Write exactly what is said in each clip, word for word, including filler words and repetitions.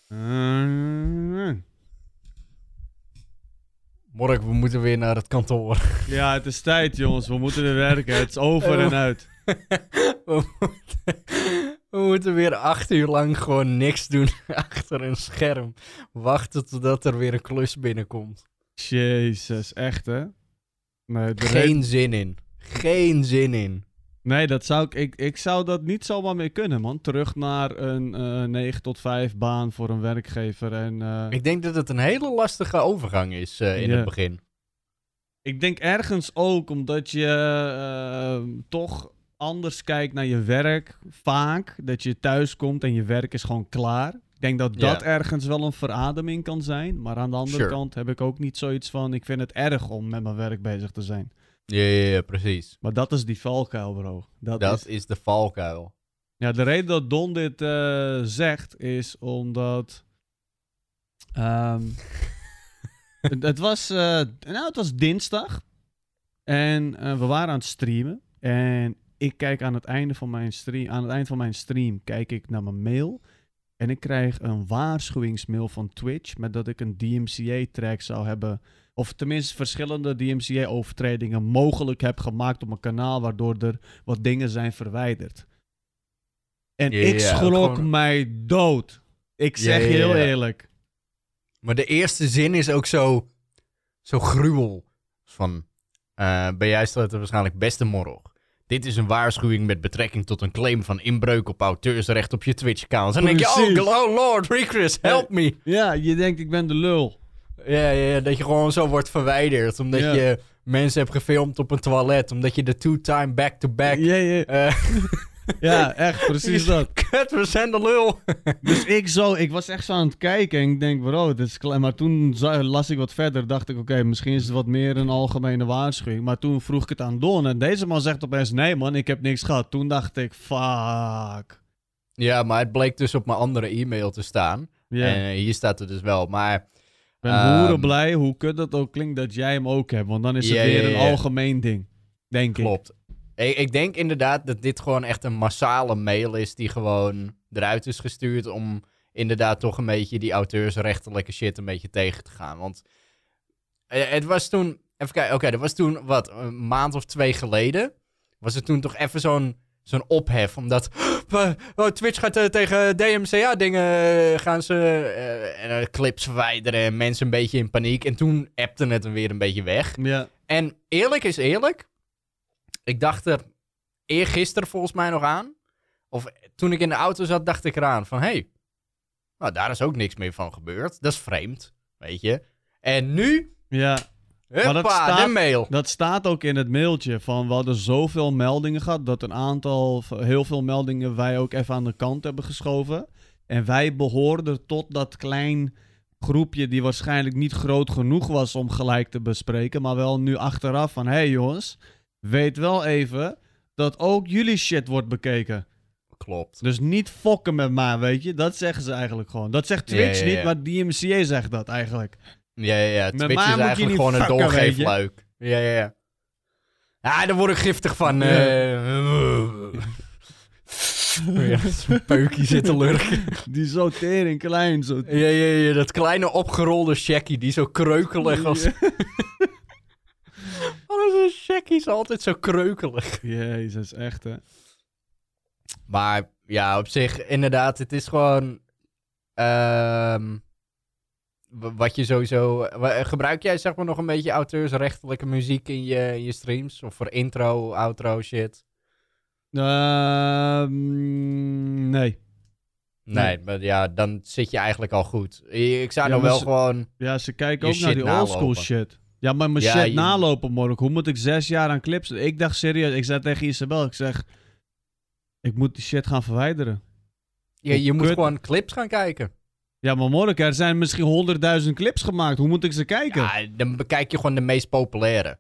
Uh, Morgen, we moeten weer naar het kantoor. ja, het is tijd, jongens. We moeten weer werken. Het is over en uit. we, moeten, we moeten weer acht uur lang gewoon niks doen achter een scherm. Wachten totdat er weer een klus binnenkomt. Jezus, echt, hè? Nee, de Geen re- zin in. Geen zin in. nee dat zou ik, ik... Ik zou dat niet zomaar mee kunnen, man. Terug naar een uh, negen tot vijf baan voor een werkgever en... Uh... Ik denk dat het een hele lastige overgang is uh, in Ja. het begin. Ik denk ergens ook omdat je uh, toch anders kijkt naar je werk, vaak. Dat je thuis komt en je werk is gewoon klaar. Ik denk dat dat Ja. ergens wel een verademing kan zijn. Maar aan de andere Sure. kant heb ik ook niet zoiets van... Ik vind het erg om met mijn werk bezig te zijn. Ja, ja, ja, precies. Maar dat is die valkuil, bro. Dat, Dat is... is de valkuil. Ja, de reden dat Don dit uh, zegt is omdat... Um, het, het, was, uh, nou, het was dinsdag. En uh, we waren aan het streamen. En ik kijk aan het einde van mijn stream... Aan het eind van mijn stream kijk ik naar mijn mail. En ik krijg een waarschuwingsmail van Twitch... met dat ik een D M C A-track zou hebben... of tenminste verschillende D M C A-overtredingen... mogelijk heb gemaakt op mijn kanaal... waardoor er wat dingen zijn verwijderd. En Ja, ik ja, schrok gewoon... mij dood. Ik zeg Ja, je ja, heel ja. eerlijk. Maar de eerste zin is ook zo... Zo gruwel. Van... Uh, bij jij staat er waarschijnlijk beste morgen. Dit is een waarschuwing met betrekking tot een claim van inbreuk op auteursrecht op je Twitch-account. En dan denk je, Precies. oh, oh lord, Recris, help me. Ja, je denkt ik ben de lul. Ja, ja, ja, dat je gewoon zo wordt verwijderd. Omdat Ja. je mensen hebt gefilmd op een toilet. Omdat je de two-time back-to-back... Ja, ja. Uh, Ja, echt, precies dat. Kut, we zijn de lul. Dus ik zo, ik was echt zo aan het kijken en ik denk, bro, dit is klein. Maar toen za- las ik wat verder, dacht ik, oké, okay, misschien is het wat meer een algemene waarschuwing. Maar toen vroeg ik het aan Don en deze man zegt opeens, nee man, ik heb niks gehad. Toen dacht ik, fuck. Ja, maar het bleek dus op mijn andere e-mail te staan. Ja. En uh, hier staat het dus wel, maar... Ik ben um, hoeren blij, hoe kut dat ook klinkt, dat jij hem ook hebt. Want dan is het Ja, weer ja, een ja. algemeen ding, denk ik. Klopt. Ik, ik denk inderdaad dat dit gewoon echt een massale mail is die gewoon eruit is gestuurd om inderdaad toch een beetje die auteursrechtelijke shit een beetje tegen te gaan. Want eh, het was toen, even kijken, oké, okay, dat was toen wat, een maand of twee geleden, was het toen toch even zo'n zo'n ophef, omdat oh, Twitch gaat uh, tegen D M C A dingen, uh, gaan ze uh, uh, clips verwijderen en mensen een beetje in paniek. En toen appte het hem weer een beetje weg. Ja. En eerlijk is eerlijk, ik dacht er eergisteren volgens mij nog aan. Of toen ik in de auto zat, dacht ik eraan van... Hé, hey, nou, daar is ook niks meer van gebeurd. Dat is vreemd, weet je. En nu... Ja. Huppa, Maar dat staat- de mail. Dat staat ook in het mailtje van we hadden zoveel meldingen gehad dat een aantal, heel veel meldingen wij ook even aan de kant hebben geschoven. En wij behoorden tot dat klein groepje die waarschijnlijk niet groot genoeg was om gelijk te bespreken, maar wel nu achteraf van hé hey jongens, weet wel even dat ook jullie shit wordt bekeken. Klopt. Dus niet fokken met mij, weet je. Dat zeggen ze eigenlijk gewoon. Dat zegt Twitch Ja, ja, ja. niet, maar D M C A zegt dat eigenlijk. Ja, ja, ja. Met Twitch mij is moet je eigenlijk niet gewoon een fucken, weet je. doorgeefluik. Ja, ja, ja. Ja, daar word ik giftig van. Ja. eh. Ja, zo'n peukje zitten lurken. Die zo tering klein, zo. Ja, ja, ja. Dat kleine opgerolde shaggy die zo kreukelig als... Oh, zo'n shaggy is altijd zo kreukelig. Jezus, echt hè. Maar ja, op zich, inderdaad, het is gewoon... ehm, w- wat je sowieso... wa- Gebruik jij zeg maar nog een beetje auteursrechtelijke muziek in je, in je streams? Of voor intro, outro, shit? Ehm, nee. Nee, Nee. maar ja, dan zit je eigenlijk al goed. Ik zou Ja, nou maar wel ze- gewoon... Ja, ze kijken Je ook naar shit die oldschool nalopen. shit. Ja, maar mijn Ja, shit je- nalopen morgen. Hoe moet ik zes jaar aan clips... Ik dacht serieus, ik zei tegen Isabel, ik zeg... Ik moet die shit gaan verwijderen. Je, je Hoe moet kut- gewoon clips gaan kijken. Ja, maar morgen, er zijn misschien honderdduizend clips gemaakt. Hoe moet ik ze kijken? Ja, Ja, dan bekijk je gewoon de meest populaire.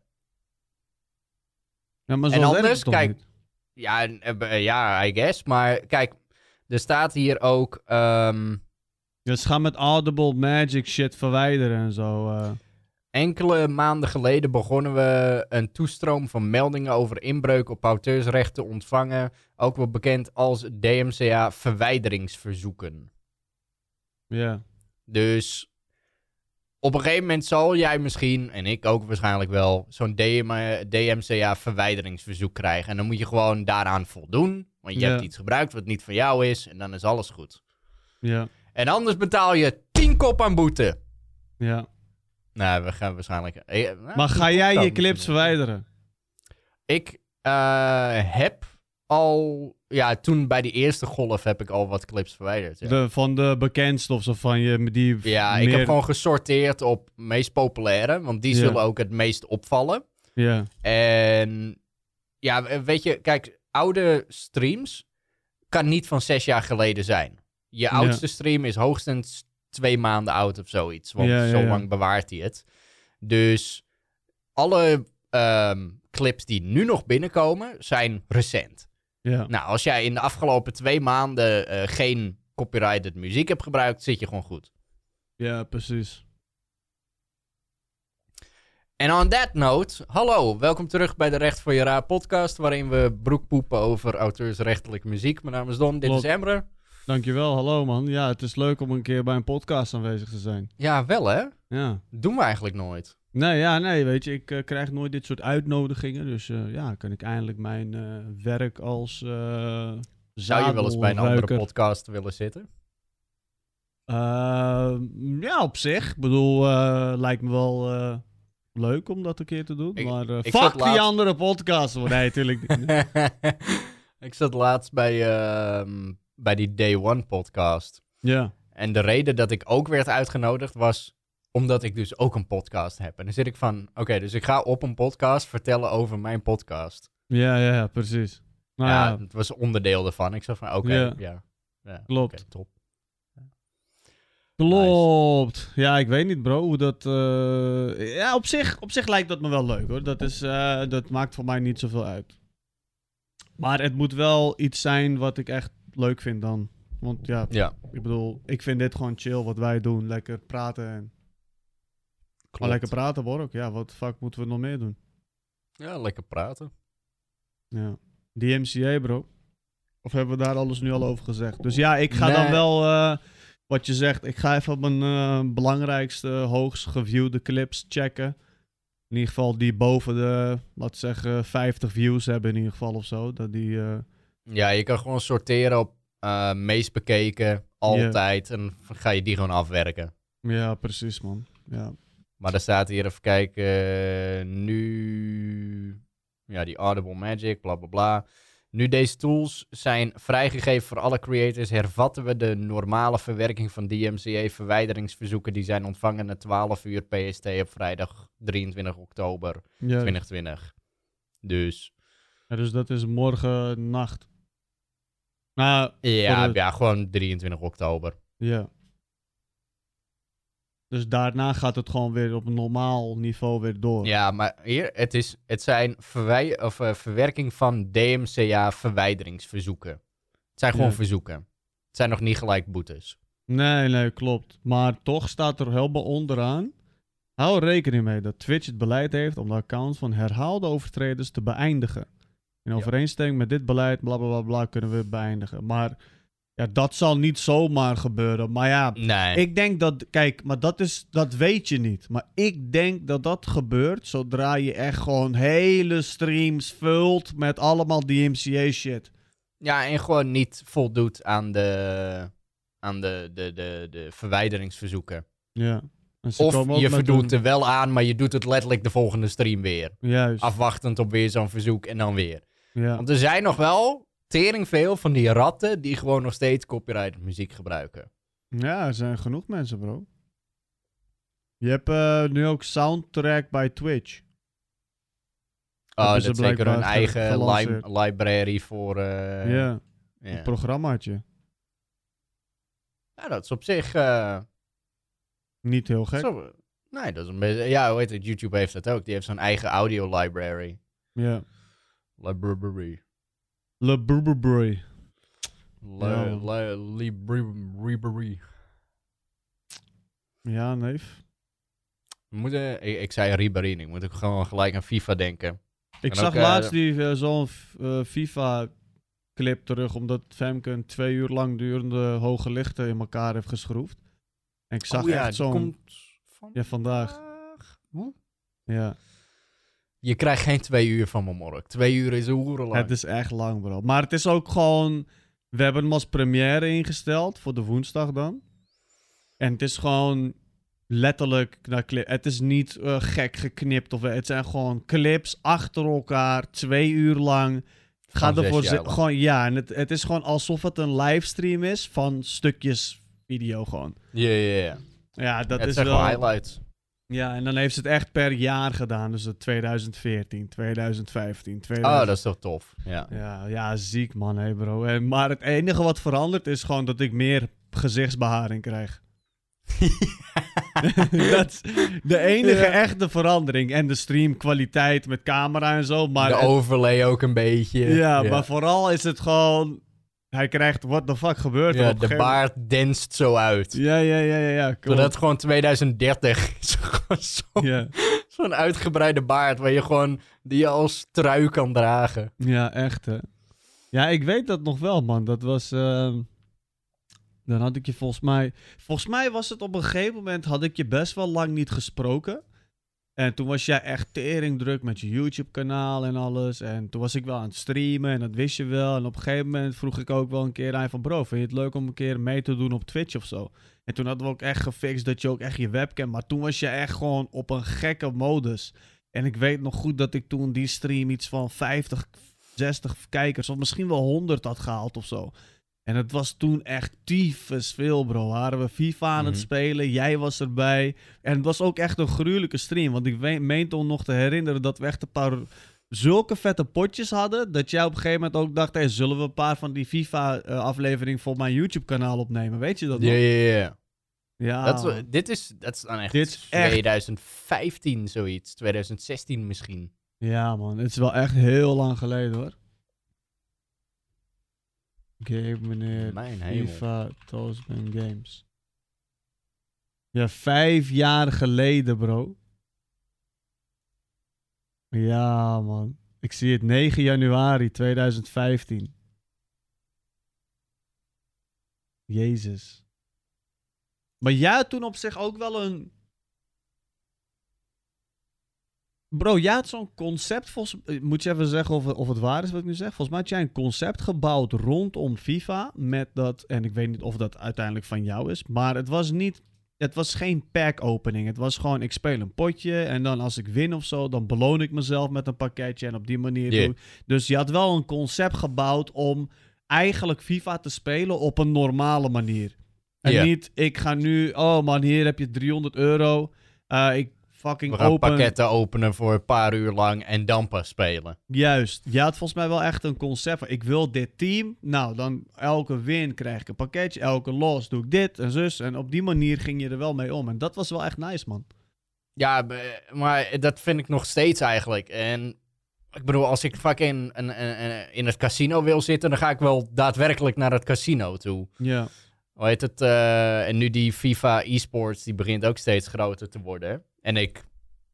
maar zo en werkt anders, het toch kijk- niet? Ja, en, eh, ja, I guess. Maar kijk, er staat hier ook... ehm, Ja, ze gaan met Audible Magic shit verwijderen en zo. eh. Enkele maanden geleden begonnen we een toestroom van meldingen over inbreuk op auteursrechten ontvangen. Ook wel bekend als D M C A verwijderingsverzoeken. Ja. Dus op een gegeven moment zal jij misschien, en ik ook waarschijnlijk wel, zo'n D M C A verwijderingsverzoek krijgen. En dan moet je gewoon daaraan voldoen. Want je Ja. hebt iets gebruikt wat niet van jou is. En dan is alles goed. Ja. En anders betaal je tien kop aan boete. Ja. Nou, we gaan waarschijnlijk... eh, nou, Maar ga tien jij kop je kan clips misschien. verwijderen? Ik uh, heb al... Ja, toen bij die eerste golf heb ik al wat clips verwijderd. Ja, De, van de bekendste of zo van je die ja meer... ik heb gewoon gesorteerd op meest populaire. Want die Ja. zullen ook het meest opvallen. Ja. En ja, weet je, kijk, oude streams kan niet van zes jaar geleden zijn. Je oudste stream is hoogstens twee maanden oud of zoiets. Want Ja, ja, zo ja. lang bewaart hij het. Dus alle um, clips die nu nog binnenkomen zijn recent. Ja. Nou, als jij in de afgelopen twee maanden uh, geen copyrighted muziek hebt gebruikt, zit je gewoon goed. Ja, precies. En on that note, hallo, welkom terug bij de Recht voor je Raar podcast, waarin we broekpoepen over auteursrechtelijke muziek. Mijn naam is Don, dit Klopt. is Emre. Dankjewel, hallo man. Ja, het is leuk om een keer bij een podcast aanwezig te zijn. Ja, wel hè? Ja. Doen we eigenlijk nooit. Nee, ja, nee, weet je, ik uh, krijg nooit dit soort uitnodigingen. Dus uh, ja, kan ik eindelijk mijn uh, werk als uh, Zou je wel eens bij een andere podcast willen zitten? Uh, ja, op zich. Ik bedoel, uh, lijkt me wel uh, leuk om dat een keer te doen. Ik, maar uh, ik fuck die laatst... andere podcasts. Nee, natuurlijk niet. Ik zat laatst bij, uh, bij die Day One podcast. Ja. En de reden dat ik ook werd uitgenodigd was omdat ik dus ook een podcast heb. En dan zit ik van, oké, okay, dus ik ga op een podcast vertellen over mijn podcast. Ja, ja, ja, precies. Nou, ja, ja, het was onderdeel ervan. Ik zei van, oké, okay, ja. ja. ja. Klopt. Okay, top. Klopt. Nice. Ja, ik weet niet, bro, hoe dat... Uh... Ja, op zich, op zich lijkt dat me wel leuk, hoor. Dat, is, uh, dat maakt voor mij niet zoveel uit. Maar het moet wel iets zijn wat ik echt leuk vind dan. Want ja, ja. ik bedoel, ik vind dit gewoon chill wat wij doen. Lekker praten en... Maar lekker praten wordt ook. Ja, wat fuck moeten we nog meer doen? Ja, lekker praten. Ja. D M C A, bro. Of hebben we daar alles nu al over gezegd? Dus ja, ik ga nee. dan wel... Uh, wat je zegt, ik ga even op mijn uh, belangrijkste, hoogst geviewde clips checken. In ieder geval die boven de, laten we zeggen, vijftig views hebben in ieder geval of zo. Dat die... Uh... Ja, je kan gewoon sorteren op uh, meest bekeken, altijd. Yeah. En dan ga je die gewoon afwerken. Ja, precies, man. Ja. Maar er staat hier, even kijken, uh, nu... Ja, die Audible Magic, bla bla bla. Nu deze tools zijn vrijgegeven voor alle creators, hervatten we de normale verwerking van D M C A-verwijderingsverzoeken die zijn ontvangen na twaalf uur P S T op vrijdag drieëntwintig oktober Ja. twintig twintig. Dus... Ja, dus dat is morgen nacht. Nou, ja, de... ja, gewoon drieëntwintig oktober. Ja. Dus daarna gaat het gewoon weer op een normaal niveau weer door. Ja, maar hier, het, is, het zijn verwij- of, uh, verwerking van D M C A-verwijderingsverzoeken. Het zijn gewoon Ja. verzoeken. Het zijn nog niet gelijk boetes. Nee, nee, klopt. Maar toch staat er helemaal onderaan. Hou er rekening mee dat Twitch het beleid heeft om de accounts van herhaalde overtreders te beëindigen. In overeenstemming met dit beleid, bla bla bla bla, kunnen we beëindigen. Maar ja, dat zal niet zomaar gebeuren. Maar ja, Nee. ik denk dat... Kijk, maar dat is... Dat weet je niet. Maar ik denk dat dat gebeurt zodra je echt gewoon hele streams vult met allemaal D M C A shit. Ja, en gewoon niet voldoet aan de, aan de, de, de, de verwijderingsverzoeken. Ja. En ze komen Of ook je met voldoet een... er wel aan, maar je doet het letterlijk de volgende stream weer. Juist. Afwachtend op weer zo'n verzoek en dan weer. Ja. Want er zijn nog wel tering veel van die ratten die gewoon nog steeds copyrighted muziek gebruiken. Ja, er zijn genoeg mensen, bro. Je hebt uh, nu ook Soundtrack bij Twitch. Oh, Hebben dat ze is zeker hun blijkbaar eigen gelanceerd. li- library voor... Uh, Ja, ja. een programmaatje. Ja, dat is op zich... Uh, Niet heel gek. zo, nee, dat is een beetje... Ja, hoe heet het? YouTube heeft dat ook. Die heeft zo'n eigen audio library. Ja. Library. Le Burberry. Li- li- Library. Ja, neef. We moeten... Ik, ik zei Ribéry. Ik moet ook gewoon gelijk aan FIFA denken. Ik En zag ook, uh, laatst die uh, zo'n uh, FIFA-clip terug, omdat Femke een twee uur lang durende hoge lichten in elkaar heeft geschroefd. En ik zag oh ja, echt zo'n... komt van... Ja, vandaag. Hoe? Ja. Je krijgt geen twee uur van me, Mork. Twee uur is een hoerenlang. Het is echt lang, bro. Maar het is ook gewoon... We hebben hem als première ingesteld voor de woensdag dan. En het is gewoon letterlijk... Nou, cli- het is niet uh, gek geknipt. Of, het zijn gewoon clips achter elkaar. Twee uur lang. Ga Gewoon ervoor zes jaar zitten. lang. Gewoon, ja, en het, het is gewoon alsof het een livestream is van stukjes video gewoon. Ja, ja, ja. Ja, dat Het is zijn wel... gewoon highlights. Ja, en dan heeft ze het echt per jaar gedaan. Dus het twintig veertien, twintig vijftien, tweeduizend... Oh, dat is toch tof. Ja. Ja, ja, ziek man, hé bro. En, maar het enige wat verandert is gewoon dat ik meer gezichtsbeharing krijg. Dat is de enige Ja. echte verandering. En de streamkwaliteit met camera en zo. Maar de het- overlay ook een beetje. ja, maar vooral is het gewoon... Hij krijgt, what the fuck gebeurt er Ja, op een de gegeven baard danst zo uit. moment? Ja, ja, ja, ja. ja klopt. Zodat gewoon twintig dertig is gewoon zo- Ja. zo'n uitgebreide baard waar je gewoon die je als trui kan dragen. Ja, echt hè. Ja, ik weet dat nog wel, man. Dat was... ehm, Dan had ik je volgens mij... Volgens mij was het op een gegeven moment... Had ik je best wel lang niet gesproken. En toen was jij echt tering druk met je YouTube-kanaal en alles. En toen was ik wel aan het streamen en dat wist je wel. En op een gegeven moment vroeg ik ook wel een keer aan je van... Bro, vind je het leuk om een keer mee te doen op Twitch of zo? En toen hadden we ook echt gefixt dat je ook echt je webcam... Maar toen was je echt gewoon op een gekke modus. En ik weet nog goed dat ik toen die stream iets van vijftig, zestig kijkers... of misschien wel honderd had gehaald of zo. En het was toen echt tyfus veel, bro. Waren we FIFA aan het Mhm. spelen, jij was erbij. En het was ook echt een gruwelijke stream. Want ik we- meen toen nog te herinneren dat we echt een paar zulke vette potjes hadden... dat jij op een gegeven moment ook dacht... Hey, zullen we een paar van die FIFA-afleveringen voor mijn YouTube-kanaal opnemen? Weet je dat Ja, nog? ja, ja. Ja, Dat is- dit is, dat is dan echt Dit is echt- twintig vijftien zoiets. twintig zestien misschien. ja, man. Het is wel echt heel lang geleden, hoor. Game, meneer. Mijn hemel. FIFA, Toastman Games. Ja, vijf jaar geleden, bro. Ja, man. Ik zie het negen januari tweeduizend vijftien. Jezus. Maar jij had toen op zich ook wel een... Bro, jij had zo'n concept, volgens... eh, moet je even zeggen of, of het waar is wat ik nu zeg. Volgens mij had jij een concept gebouwd rondom FIFA met dat... En ik weet niet of dat uiteindelijk van jou is, maar het was niet... Het was geen pack-opening. Het was gewoon, ik speel een potje en dan als ik win of zo, dan beloon ik mezelf met een pakketje en op die manier Yeah. doe ik- Dus je had wel een concept gebouwd om eigenlijk FIFA te spelen op een normale manier. En Ja. niet, ik ga nu, oh man, hier heb je driehonderd euro. Eh, ik fucking We gaan open... pakketten openen voor een paar uur lang en dan pas spelen. Juist. Je had volgens mij wel echt een concept van, ik wil dit team. Nou, dan elke win krijg ik een pakketje. Elke loss doe ik dit en zus. En op die manier ging je er wel mee om. En dat was wel echt nice, man. Ja, b- maar dat vind ik nog steeds eigenlijk. En ik bedoel, als ik fucking een, een, een- in het casino wil zitten, dan ga ik wel daadwerkelijk naar het casino toe. Ja. Hoe heet het? eh, en nu die FIFA eSports, die begint ook steeds groter te worden. En ik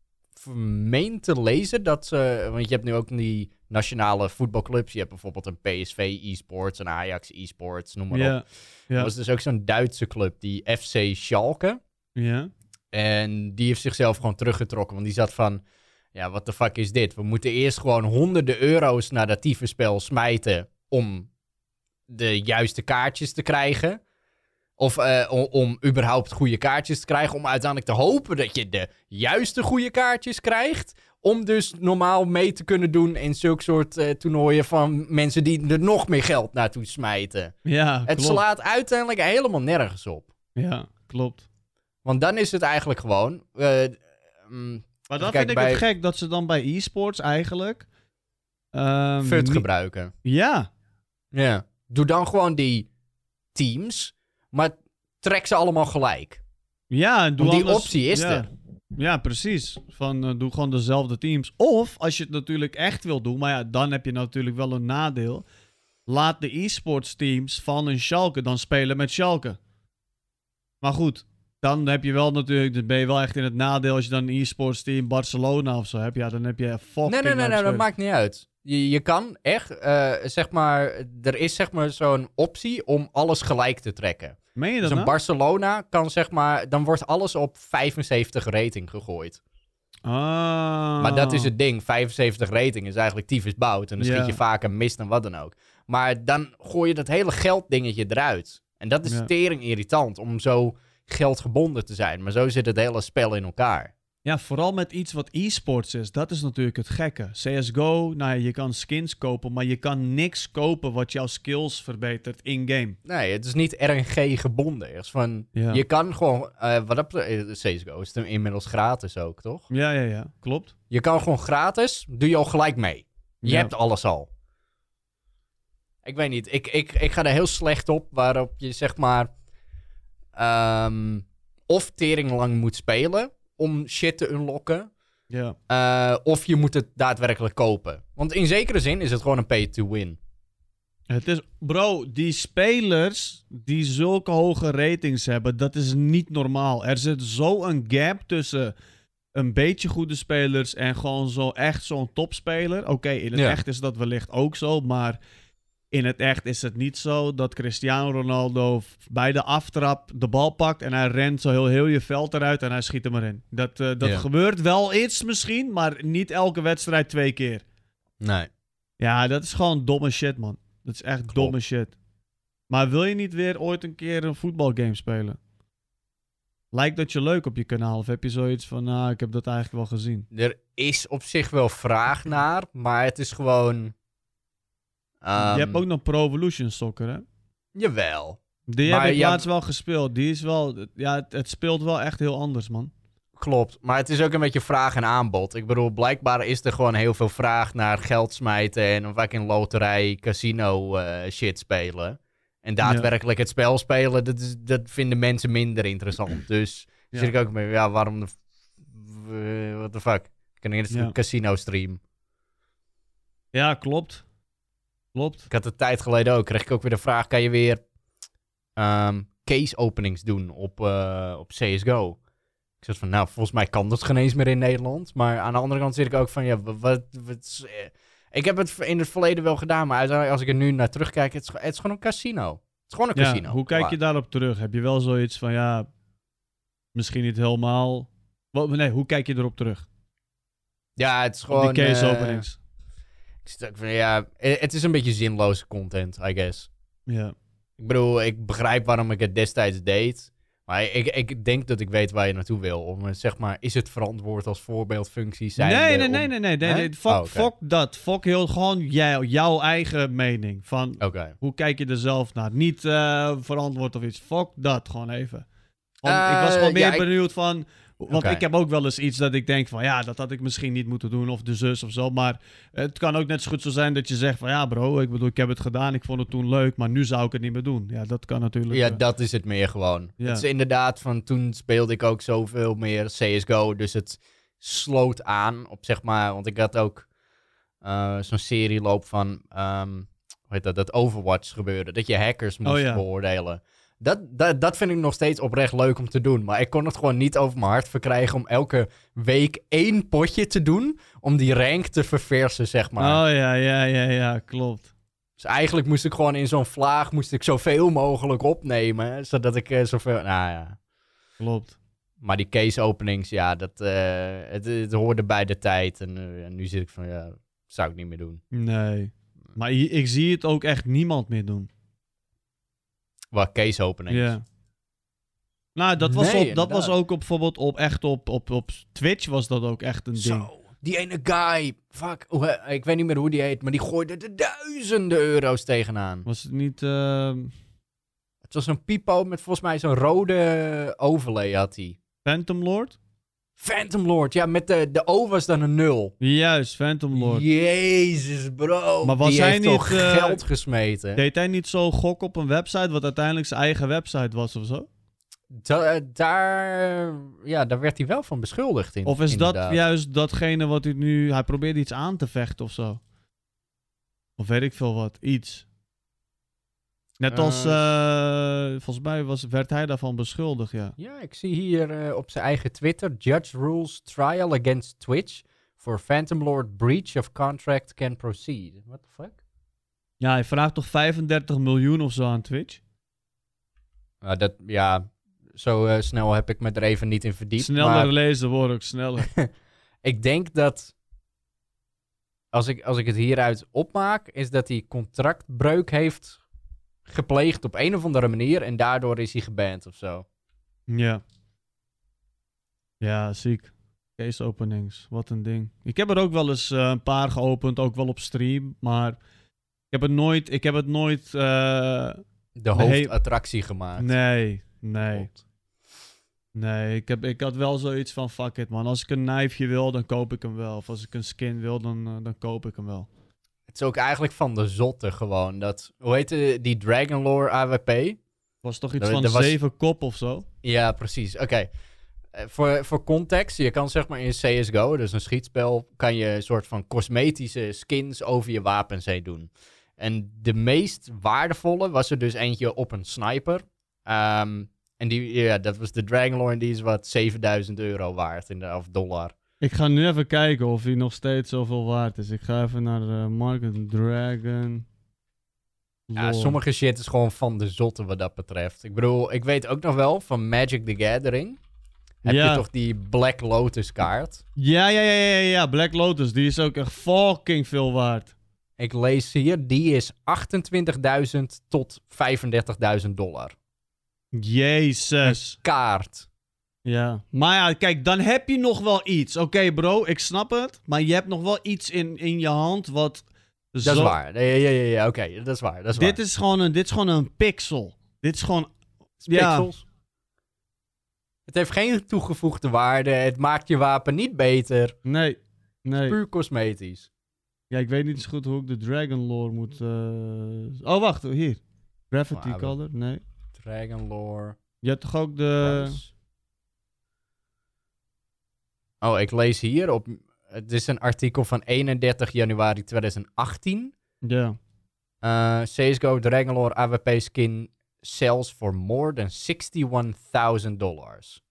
meen te lezen dat ze... Want je hebt nu ook die nationale voetbalclubs. Je hebt bijvoorbeeld een P S V eSports, een Ajax eSports, noem maar op. Ja. Er Ja. was dus ook zo'n Duitse club, die F C Schalke. Ja. En die heeft zichzelf gewoon teruggetrokken. Want die zat van... Ja, wat de fuck is dit? We moeten eerst gewoon honderden euro's naar dat tyfusspel smijten... om de juiste kaartjes te krijgen. Of eh, om, om überhaupt goede kaartjes te krijgen. Om uiteindelijk te hopen dat je de juiste goede kaartjes krijgt. Om dus normaal mee te kunnen doen in zulke soort eh, toernooien van mensen die er nog meer geld naartoe smijten. Ja, Het klopt. slaat uiteindelijk helemaal nergens op. Ja, klopt. Want dan is het eigenlijk gewoon... eh, mm, Maar dan Even vind ik kijken, het bij- gek dat ze dan bij e-sports eigenlijk... ehm, fut niet- gebruiken. Ja. Ja. Doe dan gewoon die teams, maar trek ze allemaal gelijk. Ja, en doe Want die anders- optie is ja. er. Ja, precies. Van eh, doe gewoon dezelfde teams. Of als je het natuurlijk echt wil doen, maar ja, dan heb je natuurlijk wel een nadeel. Laat de e-sports teams van een Schalke dan spelen met Schalke. Maar goed, dan heb je wel natuurlijk, dan ben je wel echt in het nadeel als je dan een e-sports team Barcelona of zo hebt. Ja, dan heb je fucking... Nee, nee, nee, nee, dat uitspelen. maakt niet uit. Je, je kan echt, eh, zeg maar, er is zeg maar zo'n optie om alles gelijk te trekken. Meen je Dus dat een nou? Barcelona kan zeg maar... Dan wordt alles op vijfenzeventig rating gegooid. Ah. Maar dat is het ding. vijfenzeventig rating is eigenlijk tyfus bout. En dan Ja. schiet je vaker mis dan wat dan ook. Maar dan gooi je dat hele gelddingetje eruit. En dat is Ja. tering irritant om zo geldgebonden te zijn. Maar zo zit het hele spel in elkaar. Ja, vooral met iets wat e-sports is. Dat is natuurlijk het gekke. C S G O, nou ja, je kan skins kopen, maar je kan niks kopen wat jouw skills verbetert in-game. Nee, het is niet R N G gebonden. Het is van, Ja. je kan gewoon... Uh, wat dat uh, C S G O is het inmiddels gratis ook, toch? Ja, ja, ja. Klopt. Je kan gewoon gratis, doe je al gelijk mee. Je Ja. hebt alles al. Ik weet niet, ik, ik, ik ga er heel slecht op waarop je zeg maar... Um, of tering lang moet spelen om shit te unlocken. Ja. Uh, of je moet het daadwerkelijk kopen. Want in zekere zin is het gewoon een pay-to-win. Het is, bro, die spelers die zulke hoge ratings hebben, dat is niet normaal. Er zit zo een gap tussen een beetje goede spelers en gewoon zo echt zo'n topspeler. Oké, okay, in het Ja. echt is dat wellicht ook zo, maar in het echt is het niet zo dat Cristiano Ronaldo bij de aftrap de bal pakt en hij rent zo heel, heel je veld eruit en hij schiet hem erin. Dat, uh, dat Ja. gebeurt wel iets misschien, maar niet elke wedstrijd twee keer. Nee. Ja, dat is gewoon domme shit, man. Dat is echt Klopt. domme shit. Maar wil je niet weer ooit een keer een voetbalgame spelen? Lijkt dat je leuk op je kanaal? Of heb je zoiets van, nou, ik heb dat eigenlijk wel gezien? Er is op zich wel vraag naar, maar het is gewoon... Um, je hebt ook nog Pro Evolution Soccer, hè? Jawel. Die Maar heb ik ja, laatst wel gespeeld. Die is wel... Ja, het, het speelt wel echt heel anders, man. Klopt, maar het is ook een beetje vraag en aanbod. Ik bedoel, blijkbaar is er gewoon heel veel vraag naar geld smijten en of ik in loterij, casino uh, shit spelen. En daadwerkelijk het spel spelen, dat, is, dat vinden mensen minder interessant. Dus Ja. zit ik ook mee, ja, waarom de... f- w- What the fuck? Ik kan eerst Ja. een casino stream. Ja, klopt. Klopt. Ik had het tijd geleden ook, kreeg ik ook weer de vraag, kan je weer um, case openings doen op, uh, op C S G O? Ik zat van, nou, volgens mij kan dat geen eens meer in Nederland. Maar aan de andere kant zit ik ook van, ja, wat... wat, wat eh, ik heb het in het verleden wel gedaan, maar uiteindelijk als ik er nu naar terugkijk, het is, het is gewoon een casino. Het is gewoon een Ja, casino. hoe kijk je Klaar. daarop terug? Heb je wel zoiets van, ja, misschien niet helemaal... Wel, nee, hoe kijk je erop terug? Ja, het is Op gewoon... die case eh, openings. ik zit ook van, ja, eh, het is een beetje zinloze content, I guess. Ja. Ik bedoel, ik begrijp waarom ik het destijds deed. Maar ik, ik denk dat ik weet waar je naartoe wil. Om, eh, zeg maar, is het verantwoord als voorbeeldfunctie zijn? Nee, nee, nee, nee, nee, nee, Hè? nee. Fuck, Oh, oké. fuck dat. Fuck heel, gewoon jij, jouw eigen mening. Van, Oké. Okay. hoe kijk je er zelf naar? Niet uh, verantwoord of iets. Fuck dat, gewoon even. Want Uh, ik was gewoon meer ja, ik... benieuwd van... Want okay. ik heb ook wel eens iets dat ik denk van... Ja, dat had ik misschien niet moeten doen. Of de zus of zo. Maar het kan ook net zo goed zo zijn dat je zegt van... Ja bro, ik bedoel, ik heb het gedaan. Ik vond het toen leuk. Maar nu zou ik het niet meer doen. Ja, dat kan natuurlijk. Ja, uh... dat is het meer gewoon. Ja. Het is inderdaad van... Toen speelde ik ook zoveel meer C S G O. Dus het sloot aan op zeg maar... Want ik had ook uh, zo'n serie loop van... Um, hoe heet dat? Dat Overwatch gebeurde. Dat je hackers moest oh, ja. beoordelen. Dat, dat, dat vind ik nog steeds oprecht leuk om te doen. Maar ik kon het gewoon niet over mijn hart verkrijgen om elke week één potje te doen. Om die rank te verversen, zeg maar. Oh ja, ja, ja, ja, klopt. Dus eigenlijk moest ik gewoon in zo'n vlaag moest ik zoveel mogelijk opnemen. Zodat ik uh, zoveel... Nou ja. Klopt. Maar die case openings, ja, dat, uh, het, het hoorde bij de tijd. En uh, nu zit ik van, ja, dat zou ik niet meer doen. Nee. Maar ik, ik zie het ook echt niemand meer doen. Wat case openings? Ja. Nou, dat was, Nee, op, dat was inderdaad. ook op, bijvoorbeeld op, echt op, op, op Twitch was dat ook echt een ding. Zo, die ene guy, fuck, hoe, ik weet niet meer hoe die heet, maar die gooide er duizenden euro's tegenaan. Was het niet... Uh... Het was een pipo met volgens mij zo'n rode overlay had hij. Phantom Lord? Phantom Lord, ja, met de, de O was dan een nul. Juist, Phantom Lord. Jezus, bro. Maar was die hij heeft niet, toch uh, geld gesmeten? Deed hij niet zo gok op een website, wat uiteindelijk zijn eigen website was of zo? Da- daar, ja, daar werd hij wel van beschuldigd in. Of is inderdaad. dat juist datgene wat hij nu... Hij probeerde iets aan te vechten of zo? Of weet ik veel wat, iets. Net als, Uh, uh, volgens mij was, werd hij daarvan beschuldigd, ja. Ja, ik zie hier uh, op zijn eigen Twitter... Judge rules trial against Twitch... for Phantom Lord breach of contract can proceed. What the fuck? Ja, hij vraagt toch vijfendertig miljoen of zo aan Twitch? Uh, dat, ja, zo uh, snel heb ik me er even niet in verdiept. Sneller maar lezen wordt ook sneller. ik denk dat, als ik, als ik het hieruit opmaak, is dat hij contractbreuk heeft gepleegd op een of andere manier en daardoor is hij geband of zo. Ja. Ja, ziek. Case openings, wat een ding. Ik heb er ook wel eens uh, een paar geopend, ook wel op stream, maar ik heb het nooit, ik heb het nooit... Uh, de hoofdattractie gemaakt. Nee, nee. Klopt. Nee, ik, heb, ik had wel zoiets van, fuck it man. Als ik een knifeje wil, dan koop ik hem wel. Of als ik een skin wil, dan, uh, dan koop ik hem wel. Het is ook eigenlijk van de zotte gewoon. Dat, hoe heette die Dragonlore A W P? Was toch iets er, van er was... zeven kop of zo? Ja, precies. Oké. Okay. Uh, voor, voor context, je kan zeg maar in C S G O, dus een schietspel, kan je een soort van cosmetische skins over je wapens heen doen. En de meest waardevolle was er dus eentje op een sniper. Um, en die, ja, dat was de Dragonlore en die is wat zevenduizend euro waard, in de, of dollar. Ik ga nu even kijken of hij nog steeds zoveel waard is. Ik ga even naar de Market Dragon. Ja, sommige shit is gewoon van de zotte wat dat betreft. Ik bedoel, ik weet ook nog wel, van Magic the Gathering heb ja. je toch die Black Lotus kaart? Ja, ja, ja, ja, ja, Black Lotus, die is ook echt fucking veel waard. Ik lees hier, die is achtentwintigduizend tot vijfendertigduizend dollar. Jezus. Een kaart. Ja, maar ja, kijk, dan heb je nog wel iets. Oké okay, bro, ik snap het, maar je hebt nog wel iets in, in je hand wat... Dat zo... is waar, ja, ja, ja, ja. oké, okay, dat is waar, dat is dit waar. Is gewoon een, dit is gewoon een pixel. Dit is gewoon... Is pixels. Ja. Het heeft geen toegevoegde waarde, het maakt je wapen niet beter. Nee, nee. Puur cosmetisch. Ja, ik weet niet eens goed hoe ik de Dragonlore moet... Uh... Oh, wacht, hier. Gravity wow, Color, nee. Dragonlore. Je hebt toch ook de... Price. Oh, ik lees hier op... Het is een artikel van eenendertig januari tweeduizend achttien. Ja. Uh, C S G O Dragonlore A W P skin sells for more than sixty-one thousand dollars.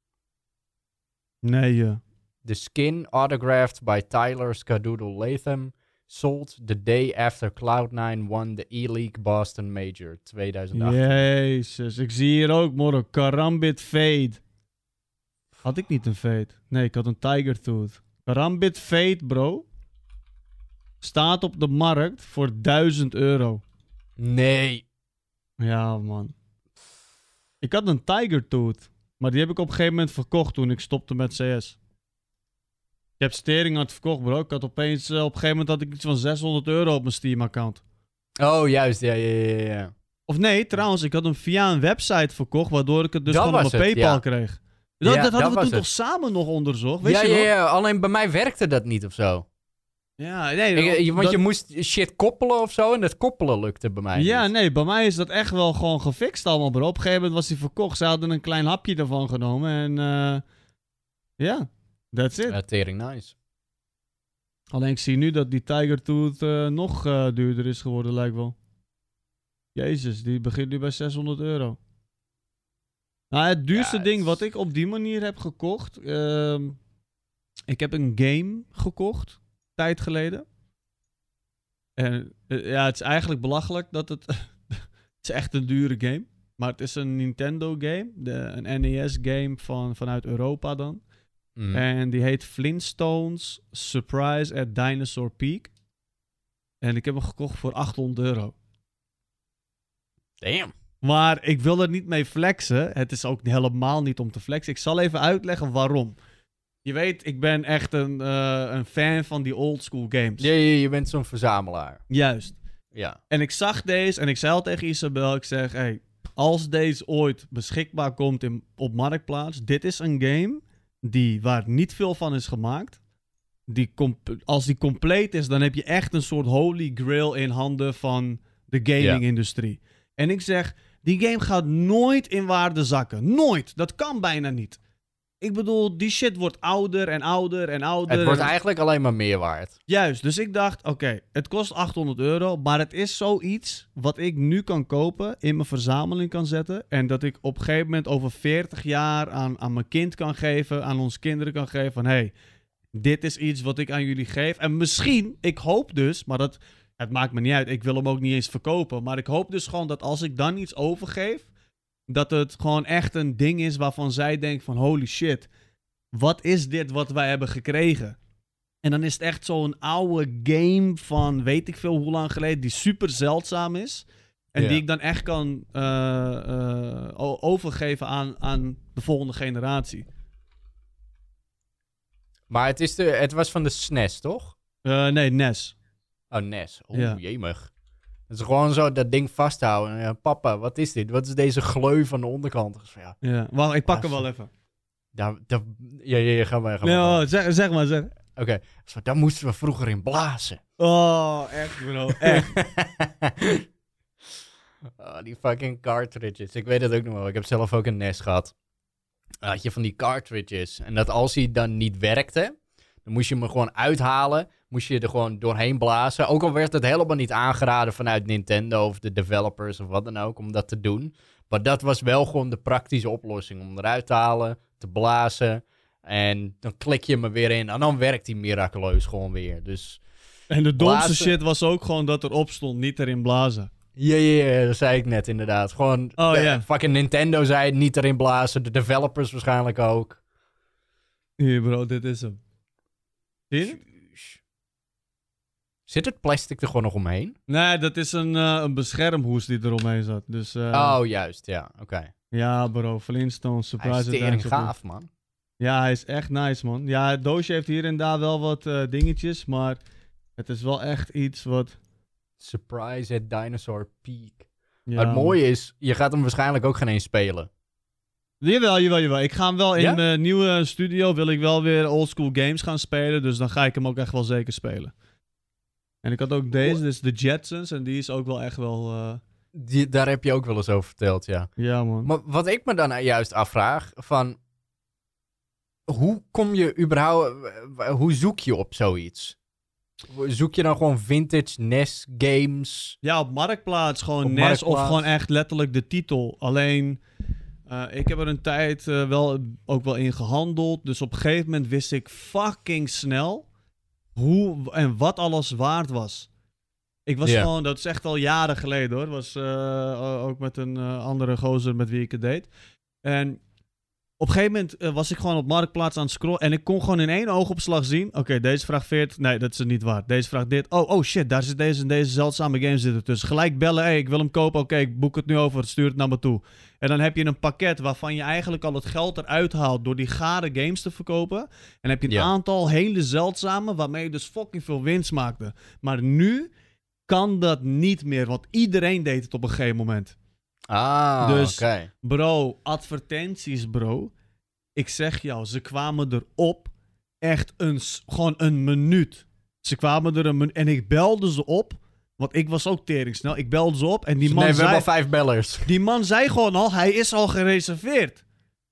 Nee, ja. The skin, autographed by Tyler Skadoodle Latham, sold the day after Cloud nine won the E-League Boston Major tweeduizend achttien. Jezus, ik zie hier ook, Moro, Karambit Fade. Had ik niet een Fade? Nee, ik had een Tiger Tooth. Karambit Fade, bro, staat op de markt voor duizend euro. Nee. Ja, man. Ik had een Tiger Tooth, maar die heb ik op een gegeven moment verkocht toen ik stopte met C S. Ik heb Stering had verkocht, bro. Ik had opeens, uh, op een gegeven moment had ik iets van zeshonderd euro op mijn Steam-account. Oh, juist, ja, ja, ja, ja. Of nee, trouwens, ik had hem via een website verkocht, waardoor ik het dus dat gewoon op mijn het, PayPal ja. kreeg. Dat, ja, dat hadden dat we toen het. toch samen nog onderzocht, weet ja, je ja, nog? ja, alleen bij mij werkte dat niet of zo. Ja, nee. Ik, want dat... je moest shit koppelen of zo en dat koppelen lukte bij mij Ja, niet. nee, bij mij is dat echt wel gewoon gefixt allemaal, bro. Op een gegeven moment was hij verkocht. Ze hadden een klein hapje ervan genomen en ja, uh, yeah, that's it. Uh, tering nice. Alleen ik zie nu dat die Tiger Tooth uh, nog uh, duurder is geworden, lijkt wel. Jezus, die begint nu bij zeshonderd euro. Nou, het duurste ja, ding is... wat ik op die manier heb gekocht... Uh, ik heb een game gekocht, tijd geleden. En uh, ja, het is eigenlijk belachelijk dat het... het is echt een dure game. Maar het is een Nintendo game, de, een N E S game van, vanuit Europa dan. Mm. En die heet Flintstones Surprise at Dinosaur Peak. En ik heb hem gekocht voor achthonderd euro. Damn. Maar ik wil er niet mee flexen. Het is ook helemaal niet om te flexen. Ik zal even uitleggen waarom. Je weet, ik ben echt een, uh, een fan van die oldschool games. Ja, je, je bent zo'n verzamelaar. Juist. Ja. En ik zag deze en ik zei al tegen Isabel, ik zeg, hey, als deze ooit beschikbaar komt in, op Marktplaats, dit is een game die, waar niet veel van is gemaakt. Die comp- als die compleet is, dan heb je echt een soort holy grail in handen van de gaming-industrie. Ja. En ik zeg, die game gaat nooit in waarde zakken. Nooit. Dat kan bijna niet. Ik bedoel, die shit wordt ouder en ouder en ouder. Het wordt eigenlijk alleen maar meer waard. Juist, dus ik dacht, oké, okay, het kost achthonderd euro, maar het is zoiets wat ik nu kan kopen, in mijn verzameling kan zetten en dat ik op een gegeven moment over veertig jaar aan, aan mijn kind kan geven, aan ons kinderen kan geven van, hey, dit is iets wat ik aan jullie geef. En misschien, ik hoop dus, maar dat, het maakt me niet uit, ik wil hem ook niet eens verkopen, maar ik hoop dus gewoon dat als ik dan iets overgeef, dat het gewoon echt een ding is waarvan zij denkt van holy shit, wat is dit wat wij hebben gekregen? En dan is het echt zo'n oude game van weet ik veel hoe lang geleden, die super zeldzaam is. En Ja. die ik dan echt kan uh, uh, overgeven aan, aan de volgende generatie. Maar het, is de, het was van de S N E S, toch? Uh, nee, N E S. Oh, N E S. Oeh, Ja. jemig. Het is gewoon zo dat ding vasthouden. Ja, papa, wat is dit? Wat is deze gleu van de onderkant? Dus ja, Ja. Wacht, ik pak Ja, hem wel even. daar, daar, ja, ja, ja, ga maar. Ga Nee, maar. oh, zeg, zeg maar, zeg. Oké, okay. Zo, daar moesten we vroeger in blazen. Oh, echt bro, echt. Oh, die fucking cartridges. Ik weet het ook nog wel. Ik heb zelf ook een N E S gehad. Dan had je van die cartridges. En dat als hij dan niet werkte, dan moest je hem er gewoon uithalen. Moest je er gewoon doorheen blazen. Ook al werd het helemaal niet aangeraden vanuit Nintendo of de developers of wat dan ook om dat te doen. Maar dat was wel gewoon de praktische oplossing. Om eruit te halen, te blazen. En dan klik je hem er weer in. En dan werkt hij miraculeus gewoon weer. Dus En de domste blazen- shit was ook gewoon dat erop stond, niet erin blazen. ja, ja, ja, dat zei ik net inderdaad. Gewoon, Oh, de- ja. fucking Nintendo zei het, niet erin blazen. De developers waarschijnlijk ook. Hier bro, dit is hem. Zie je het? Zit het plastic er gewoon nog omheen? Nee, dat is een, uh, een beschermhoes die eromheen zat. Dus, uh, Oh, juist, ja, oké. Okay. ja bro, Flintstone, Hij surprise. is tering Dinosaur. gaaf, man. Ja, hij is echt nice, man. Ja, het doosje heeft hier en daar wel wat uh, dingetjes, maar het is wel echt iets wat... Surprise at Dinosaur Peak. Ja, Maar het mooie is, je gaat hem waarschijnlijk ook geen eens spelen. Jawel, jawel, jawel. Ik ga hem wel in Ja? mijn nieuwe studio, wil ik wel weer oldschool games gaan spelen, dus dan ga ik hem ook echt wel zeker spelen. En ik had ook deze, dus de Jetsons, en die is ook wel echt wel... Uh... Die, daar heb je ook wel eens over verteld, ja. Ja, man. Maar wat ik me dan juist afvraag, van... Hoe kom je überhaupt... Hoe zoek je op zoiets? Zoek je dan gewoon vintage N E S games? Ja, op Marktplaats gewoon Op N E S of Marktplaats. gewoon echt letterlijk de titel. Alleen, uh, ik heb er een tijd uh, wel, ook wel in gehandeld. Dus op een gegeven moment wist ik fucking snel hoe en wat alles waard was. Ik was Ja. gewoon, dat is echt al jaren geleden hoor. Was uh, ook met een uh, andere gozer met wie ik het deed. En op een gegeven moment uh, was ik gewoon op Marktplaats aan het scrollen. En ik kon gewoon in één oogopslag zien. Oké, okay, deze vraag veertig. Nee, dat is het niet waard. Deze vraag dit. Oh, oh shit, daar zit deze en deze zeldzame game zitten tussen. Gelijk bellen. Hé, hey, ik wil hem kopen. Oké, okay, ik boek het nu over. Stuur het naar me toe. En dan heb je een pakket waarvan je eigenlijk al het geld eruit haalt door die gare games te verkopen. En dan heb je een Ja. aantal hele zeldzame waarmee je dus fucking veel winst maakte. Maar nu kan dat niet meer. Want iedereen deed het op een gegeven moment. Ah, Dus- oké. Okay. Bro, advertenties, bro. Ik zeg jou, ze kwamen erop echt een, s- gewoon een minuut. Ze kwamen er een minuut. En ik belde ze op, want ik was ook teringsnel. Ik belde ze op en die man, Nee, we hebben zei, al vijf bellers. die man zei gewoon al, hij is al gereserveerd.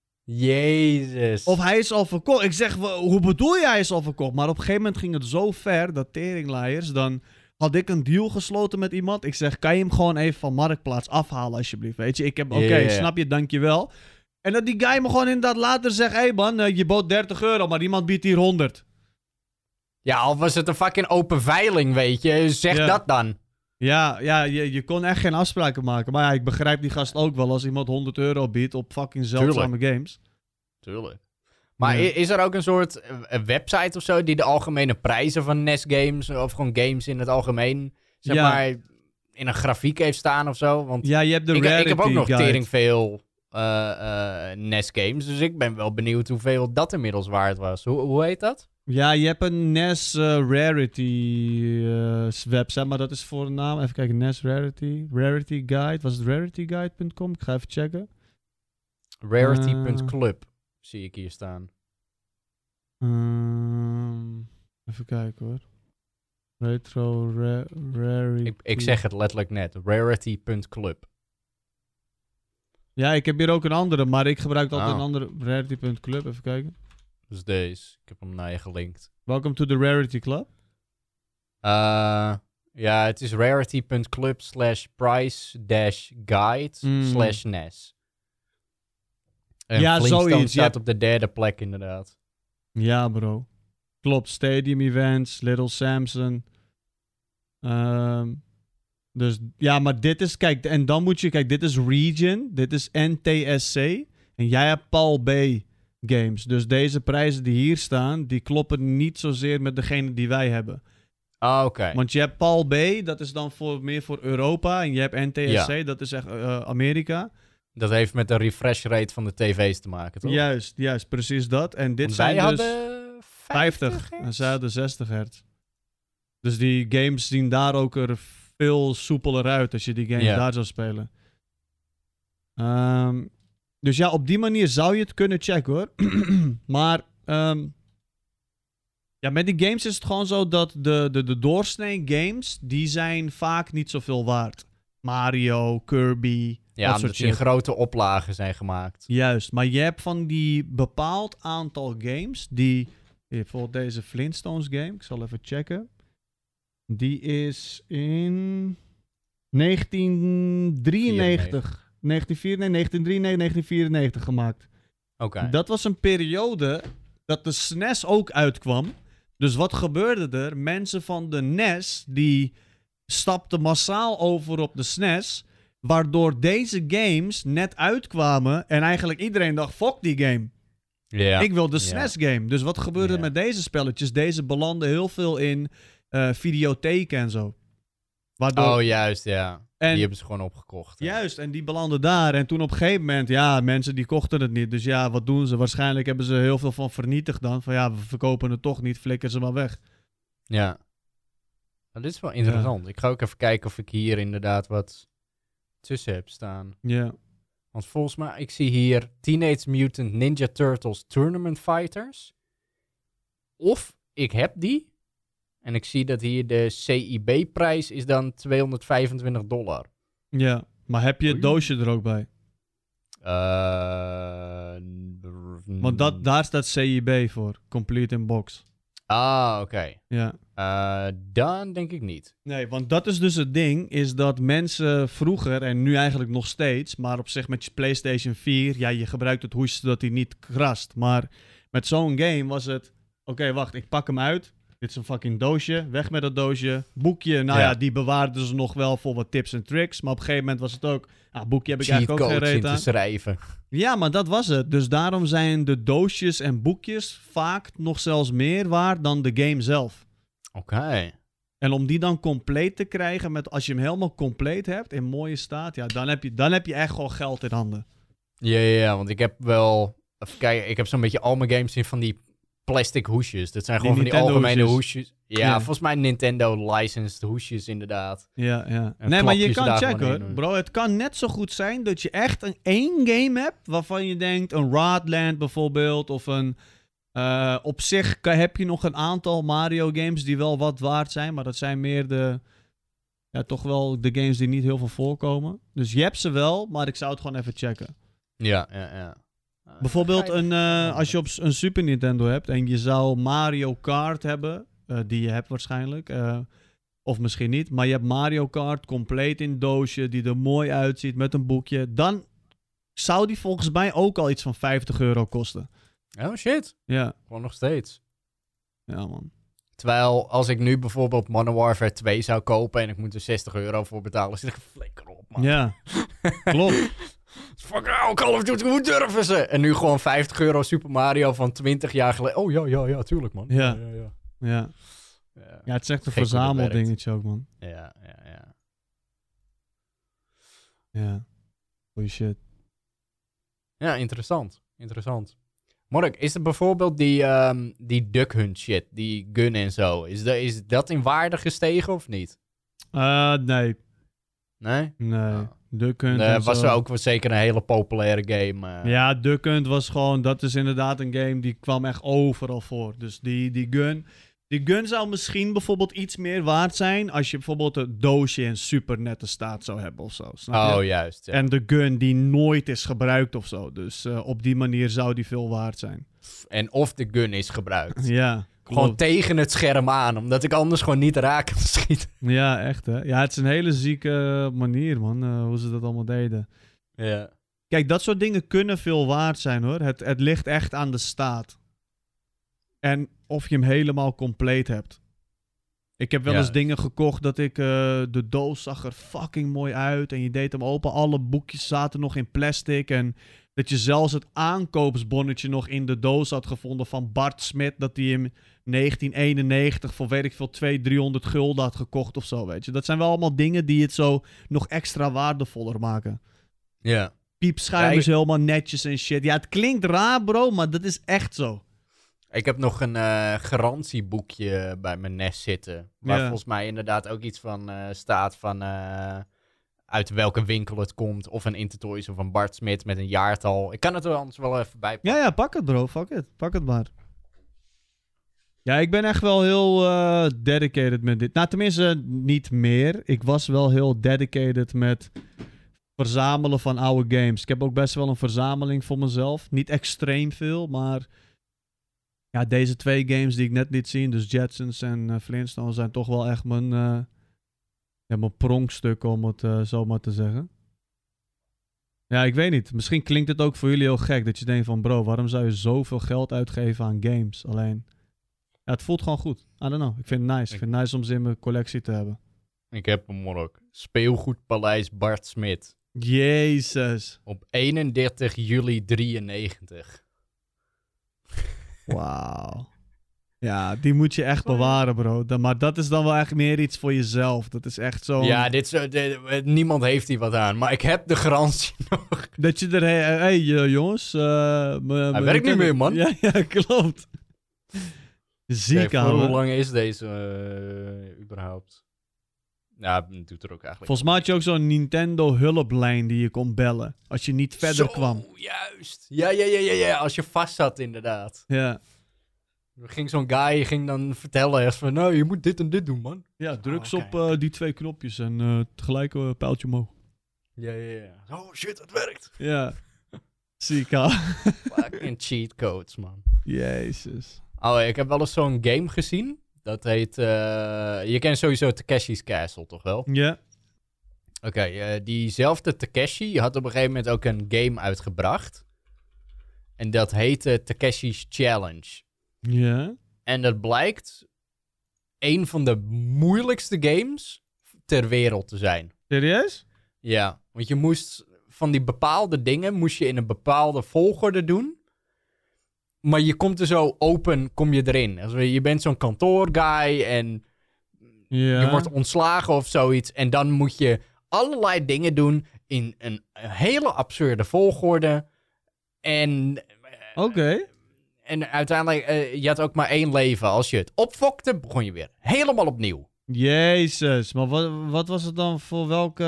Jezus. Of hij is al verkocht. Ik zeg, wa- hoe bedoel je hij is al verkocht? Maar op een gegeven moment ging het zo ver, dat teringlaaiers, dan had ik een deal gesloten met iemand. Ik zeg, kan je hem gewoon even van Marktplaats afhalen alsjeblieft? Weet je, ik heb, oké, Ja, ja, ja. snap je, dankjewel. En dat die guy me gewoon inderdaad later zegt, hé hey man, uh, je bood dertig euro, maar iemand biedt hier honderd. Ja, al was het een fucking open veiling, weet je. Zeg Ja. dat dan. Ja, ja je, je kon echt geen afspraken maken. Maar ja, ik begrijp die gast ook wel als iemand honderd euro biedt op fucking zeldzame games. Tuurlijk. Maar Ja. i- is er ook een soort eh, een website of zo die de algemene prijzen van N E S games of gewoon games in het algemeen, zeg Ja. maar, in een grafiek heeft staan of zo? Want Ja, je hebt de ik, Rarity ik heb ook nog Guide. tering veel eh, eh, N E S games, dus ik ben wel benieuwd hoeveel dat inmiddels waard was. Hoe, hoe heet dat? Ja, je hebt een N E S uh, Rarity uh, website, maar dat is voor een naam. Even kijken, N E S Rarity. Rarity Guide. Was het rarity guide punt com? Ik ga even checken. Rarity punt club zie ik hier staan. Um, even kijken hoor. Retro ra Rarity. Ik, ik zeg het letterlijk net. Rarity punt club. Ja, ik heb hier ook een andere, maar ik gebruik altijd Oh. een andere. Rarity punt club, even kijken. Dus deze. Ik heb hem naar je gelinkt. Welcome to the Rarity Club. Uh, ja, het is rarity punt club slash price dash guide Mm. slash N E S. En Ja, Flintstone zoiets, staat ja. op de derde plek inderdaad. Ja, bro. Klopt. Stadium Events, Little Samson. Ehm Dus ja, maar dit is, kijk, en dan moet je, kijk, dit is Region, dit is N T S C en jij hebt Paul B games. Dus deze prijzen die hier staan, die kloppen niet zozeer met degene die wij hebben. Ah, oké. Okay. Want je hebt Paul B, dat is dan voor, meer voor Europa, en je hebt N T S C, ja. dat is echt uh, Amerika. Dat heeft met de refresh rate van de tv's te maken, toch? Juist, juist, precies dat. En dit Want zijn wij dus hadden vijftig, vijftig en zij hadden zestig hertz. Dus die games zien daar ook er veel soepeler uit als je die games yeah. daar zou spelen. Um, dus ja, op die manier zou je het kunnen checken, hoor. Maar um, ja, met die games is het gewoon zo dat de, de, de doorsnee games, die zijn vaak niet zoveel waard. Mario, Kirby, ja, dat omdat soort die in grote oplagen zijn gemaakt. Juist, maar je hebt van die bepaald aantal games die... Bijvoorbeeld deze Flintstones game, ik zal even checken. Die is in negentien drieënnegentig, negentien vierennegen, nee, negentien drieënnegentig, negentien vierennegentig gemaakt. Oké. Okay. Dat was een periode dat de S N E S ook uitkwam. Dus wat gebeurde er? Mensen van de N E S, die stapten massaal over op de S N E S, waardoor deze games net uitkwamen en eigenlijk iedereen dacht, fuck die game. Yeah. Ik wil de S N E S-game. Yeah. Dus wat gebeurde yeah. met deze spelletjes? Deze belanden heel veel in uh, videotheken en zo. Waardoor... Oh, juist, ja. En... Die hebben ze gewoon opgekocht. Hè? Juist, en die belanden daar. En toen op een gegeven moment, ja, mensen die kochten het niet. Dus ja, wat doen ze? Waarschijnlijk hebben ze heel veel van vernietigd dan. Van ja, we verkopen het toch niet, flikken ze maar weg. Ja. Nou, dit is wel interessant. Ja. Ik ga ook even kijken of ik hier inderdaad wat tussen heb staan. Ja. Want volgens mij, ik zie hier Teenage Mutant Ninja Turtles Tournament Fighters. Of ik heb die. En ik zie dat hier de C I B-prijs is dan tweehonderdvijfentwintig dollar. Ja, maar heb je het doosje er ook bij? Uh, Want dat, daar staat C I B voor. Complete in box. Ah, oké. Okay. Ja. Uh, dan denk ik niet. Nee, want dat is dus het ding, is dat mensen vroeger, en nu eigenlijk nog steeds, maar op zich met je PlayStation vier, ja, je gebruikt het hoesje zodat hij niet krast. Maar met zo'n game was het, oké, okay, wacht, ik pak hem uit. Dit is een fucking doosje, weg met dat doosje. Boekje, nou ja, ja die bewaarden ze nog wel voor wat tips en tricks. Maar op een gegeven moment was het ook, ah, boekje heb ik Cheat eigenlijk ook geen reet aan. te schrijven. Ja, maar dat was het. Dus daarom zijn de doosjes en boekjes vaak nog zelfs meer waard dan de game zelf. Oké. Okay. En om die dan compleet te krijgen, met, als je hem helemaal compleet hebt, in mooie staat, ja, dan heb je, dan heb je echt gewoon geld in handen. Ja, ja, ja, want ik heb wel, even kijken, ik heb zo'n beetje al mijn games in van die plastic hoesjes. Dat zijn gewoon die van die algemene hoesjes. hoesjes. Ja, ja, volgens mij Nintendo-licensed hoesjes inderdaad. Ja, ja. En nee, maar je kan checken, hoor. Bro, het kan net zo goed zijn dat je echt een één game hebt waarvan je denkt, een Rodland bijvoorbeeld, of een... Uh, op zich heb je nog een aantal Mario games die wel wat waard zijn, maar dat zijn meer de... Ja, toch wel de games die niet heel veel voorkomen. Dus je hebt ze wel, maar ik zou het gewoon even checken. Ja, ja, ja. Uh, Bijvoorbeeld een, uh, als je op een Super Nintendo hebt en je zou Mario Kart hebben, uh, die je hebt waarschijnlijk, uh, of misschien niet, maar je hebt Mario Kart compleet in doosje, die er mooi uitziet met een boekje, dan zou die volgens mij ook al iets van vijftig euro kosten. Oh shit. Ja. Gewoon nog steeds. Ja, man. Terwijl als ik nu bijvoorbeeld Modern Warfare twee zou kopen en ik moet er zestig euro voor betalen, zit ik flikker op, man. Ja, klopt. Fuck nou, Call of Duty, hoe durven ze? En nu gewoon vijftig euro Super Mario van twintig jaar geleden. Oh ja, ja, ja, tuurlijk, man. Ja, ja, ja. Ja, ja. ja het is echt een verzameldingetje ook, man. Ja, ja, ja. Ja, goeie shit. Ja, interessant. Interessant. Mark, is er bijvoorbeeld die, um, die Duck Hunt shit, die gun en zo, is, de, is dat in waarde gestegen of niet? Uh, nee. Nee? Nee. Oh. Duck Hunt nee, was zo. ook zeker een hele populaire game. Uh. Ja, Duck Hunt was gewoon, dat is inderdaad een game die kwam echt overal voor. Dus die, die gun... Die gun zou misschien bijvoorbeeld iets meer waard zijn als je bijvoorbeeld een doosje in super nette staat zou hebben of zo. Snap je? Oh, juist. Ja. En de gun die nooit is gebruikt of zo. Dus uh, op die manier zou die veel waard zijn. En of de gun is gebruikt. Ja. Gewoon klopt. Tegen het scherm aan, omdat ik anders gewoon niet raak kan schieten. Ja, echt hè. Ja, het is een hele zieke manier, man, uh, hoe ze dat allemaal deden. Ja. Kijk, dat soort dingen kunnen veel waard zijn, hoor. Het, het ligt echt aan de staat. En of je hem helemaal compleet hebt. Ik heb wel Ja. eens dingen gekocht dat ik... Uh, de doos zag er fucking mooi uit. En je deed hem open. Alle boekjes zaten nog in plastic. En dat je zelfs het aankoopsbonnetje nog in de doos had gevonden van Bart Smit. Dat hij hem negentien eenennegentig voor weet ik veel tweehonderd, driehonderd gulden had gekocht of zo, weet je. Dat zijn wel allemaal dingen die het zo nog extra waardevoller maken. Ja. Piepschuim Ja, is ik... helemaal netjes en shit. Ja, het klinkt raar, bro, maar dat is echt zo. Ik heb nog een uh, garantieboekje bij mijn nest zitten. Waar Ja. volgens mij inderdaad ook iets van uh, staat van... Uh, uit welke winkel het komt. Of een Intertoys of een Bart Smit met een jaartal. Ik kan het er anders wel even bij pakken. Ja, ja, pak het, bro. Fuck it. Pak het maar. Ja, ik ben echt wel heel uh, dedicated met dit. Nou, tenminste, niet meer. Ik was wel heel dedicated met verzamelen van oude games. Ik heb ook best wel een verzameling voor mezelf. Niet extreem veel, maar... Ja, deze twee games die ik net liet zien, dus Jetsons en uh, Flintstones, zijn toch wel echt mijn, uh, ja, mijn pronkstukken, om het uh, zo maar te zeggen. Ja, ik weet niet. Misschien klinkt het ook voor jullie heel gek, dat je denkt van, bro, waarom zou je zoveel geld uitgeven aan games? Alleen, ja, het voelt gewoon goed. I don't know. Ik vind het nice. Ik vind het nice om ze in mijn collectie te hebben. Ik heb hem ook. Speelgoedpaleis Bart Smit. Jezus. Op eenendertig juli drieënnegentig. Wauw. Ja, die moet je echt bewaren, bro. Da- maar dat is dan wel echt meer iets voor jezelf. Dat is echt zo... Ja, dit is, dit, niemand heeft hier wat aan. Maar ik heb de garantie nog. Dat je er... Hé, hey, hey, uh, jongens. Uh, me, Hij me, werkt niet meer, man. Ja, ja, klopt. Ziek, Kijk, ouwe. hoe lang is deze uh, überhaupt? Ja, dat doet er ook eigenlijk. Volgens mij had je ook zo'n Nintendo hulplijn die je kon bellen. Als je niet verder Zo, kwam. Juist. Ja, ja, ja, ja, ja. Als je vast zat, inderdaad. Ja. Er ging zo'n guy ging dan vertellen eerst van... Nou, je moet dit en dit doen, man. Ja, druk Oh, ze okay. op uh, die twee knopjes en uh, tegelijk een uh, pijltje omhoog. Ja, ja, ja. Oh, shit, het werkt. Ja. Ziek, hè? Fucking cheat codes, man. Jezus. Oh, ik heb wel eens zo'n game gezien. Dat heet... Uh, je kent sowieso Takeshi's Castle, toch wel? Ja. Oké, okay, uh, diezelfde Takeshi had op een gegeven moment ook een game uitgebracht. En dat heette Takeshi's Challenge. Ja. En dat blijkt een van de moeilijkste games ter wereld te zijn. Serieus? Ja, want je moest van die bepaalde dingen moest je in een bepaalde volgorde doen. Maar je komt er zo open, kom je erin. Also, je bent zo'n kantoorguy en ja. je wordt ontslagen of zoiets. En dan moet je allerlei dingen doen in een hele absurde volgorde. En... Oké. Okay. En uiteindelijk, uh, je had ook maar één leven. Als je het opfokte, begon je weer helemaal opnieuw. Jezus, maar wat, wat was het dan voor welke...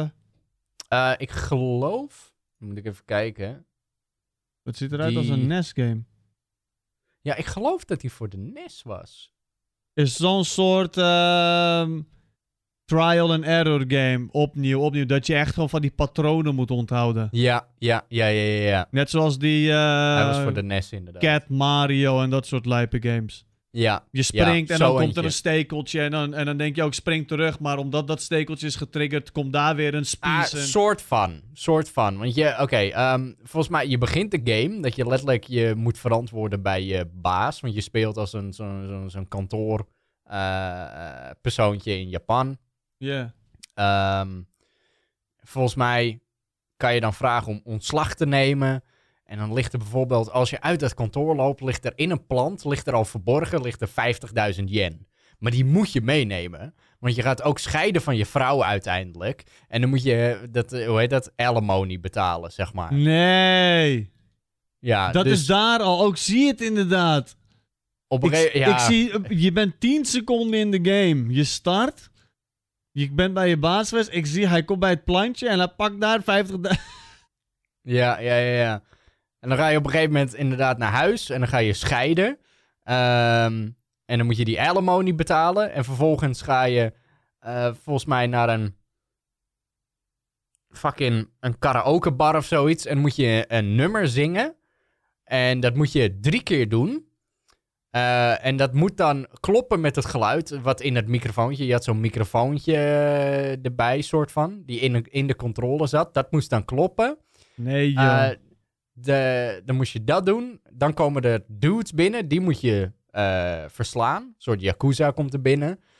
Uh, ik geloof... Moet ik even kijken. Het ziet eruit die... als een N E S-game. Ja, ik geloof dat die voor de N E S was. Is zo'n soort uh, trial and error game. Opnieuw, opnieuw. Dat je echt gewoon van die patronen moet onthouden. Ja, ja, ja, ja, ja. ja. Net zoals die... Uh, Hij was voor de N E S inderdaad. Cat Mario en dat soort lijpe games. Ja. Je springt ja, en dan komt eentje. er een stekeltje en dan, en dan denk je ook, spring terug. Maar omdat dat stekeltje is getriggerd, komt daar weer een spies. Ah, en... soort van. Soort van. Want je, oké, okay, um, volgens mij, je begint de game dat je letterlijk je moet verantwoorden bij je baas. Want je speelt als een zo'n zo, zo kantoor uh, persoontje in Japan. Ja. Yeah. Um, volgens mij kan je dan vragen om ontslag te nemen. En dan ligt er bijvoorbeeld, als je uit dat kantoor loopt, ligt er in een plant, ligt er al verborgen, ligt er vijftigduizend yen. Maar die moet je meenemen, want je gaat ook scheiden van je vrouw uiteindelijk. En dan moet je, dat, hoe heet dat, alimony betalen, zeg maar. Nee. Ja, dat dus is daar al, ook zie je het inderdaad. Op een ik, ge- ja. ik zie, je bent tien seconden in de game. Je start, je bent bij je baas geweest, ik zie, hij komt bij het plantje en hij pakt daar vijftigduizend. Ja, ja, ja, ja. En dan ga je op een gegeven moment inderdaad naar huis en dan ga je scheiden. Um, en dan moet je die alimony betalen. En vervolgens ga je uh, volgens mij naar een fucking een karaokebar of zoiets. En moet je een nummer zingen. En dat moet je drie keer doen. Uh, en dat moet dan kloppen met het geluid wat in het microfoontje... Je had zo'n microfoontje uh, erbij, soort van, die in, in de controle zat. Dat moest dan kloppen. Nee, joh. Uh, De, dan moest je dat doen. Dan komen er dudes binnen. Die moet je uh, verslaan. Een soort Yakuza komt er binnen.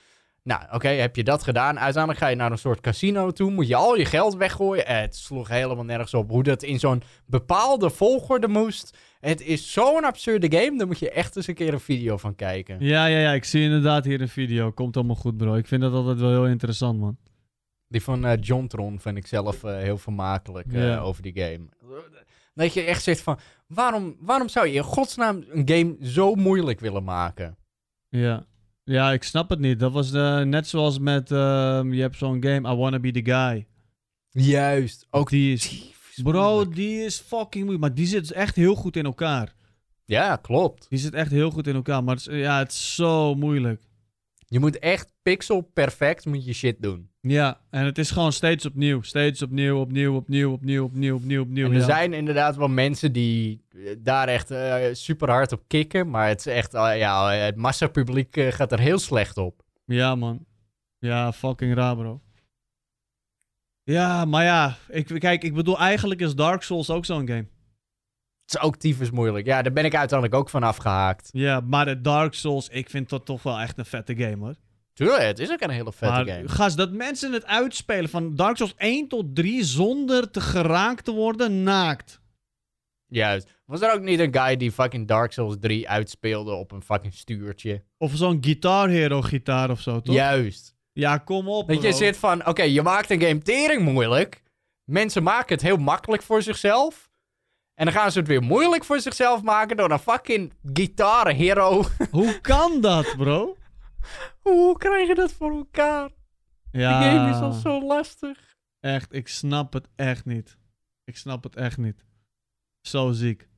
Nou, oké, okay, heb je dat gedaan. Uiteindelijk ga je naar een soort casino toe. Moet je al je geld weggooien. Eh, het sloeg helemaal nergens op hoe dat in zo'n bepaalde volgorde moest. Het is zo'n absurde game. Daar moet je echt eens een keer een video van kijken. Ja, ja, ja. Ik zie inderdaad hier een video. Komt allemaal goed, bro. Ik vind dat altijd wel heel interessant, man. Die van uh, Jontron vind ik zelf uh, heel vermakelijk uh, Ja. over die game. Dat je echt zegt van... Waarom, waarom zou je in godsnaam een game zo moeilijk willen maken? Ja. Ja, ik snap het niet. Dat was uh, net zoals met... Uh, je hebt zo'n game, I Wanna Be The Guy. Juist. Ook die is... Bro, moeilijk. Die is fucking moeilijk. Maar die zit echt heel goed in elkaar. Ja, klopt. Die zit echt heel goed in elkaar. Maar het is, ja, het is zo moeilijk. Je moet echt pixel perfect moet je shit doen. Ja, en het is gewoon steeds opnieuw. Steeds opnieuw, opnieuw, opnieuw, opnieuw, opnieuw, opnieuw, opnieuw. En er ja. zijn inderdaad wel mensen die daar echt uh, super hard op kicken. Maar het is echt, uh, ja, het massapubliek uh, gaat er heel slecht op. Ja, man. Ja, fucking raar, bro. Ja, maar ja. Ik, kijk, ik bedoel, eigenlijk is Dark Souls ook zo'n game. Het is ook tyfus moeilijk. Ja, daar ben ik uiteindelijk ook van afgehaakt. Ja, maar de Dark Souls, ik vind dat toch wel echt een vette game, hoor. Tuurlijk, het is ook een hele vette maar, game. Gast, dat mensen het uitspelen van Dark Souls één tot drie zonder te geraakt te worden, naakt. Juist. Was er ook niet een guy die fucking Dark Souls drie uitspeelde op een fucking stuurtje? Of zo'n Guitar Hero gitaar of zo, toch? Juist. Ja, kom op, Dat je zit van, oké, okay, je maakt een game tering moeilijk. Mensen maken het heel makkelijk voor zichzelf. En dan gaan ze het weer moeilijk voor zichzelf maken door een fucking Guitar Hero. Hoe kan dat, bro? Hoe krijg je dat voor elkaar? Ja. Die game is al zo lastig. Echt, ik snap het echt niet. Ik snap het echt niet. Zo ziek.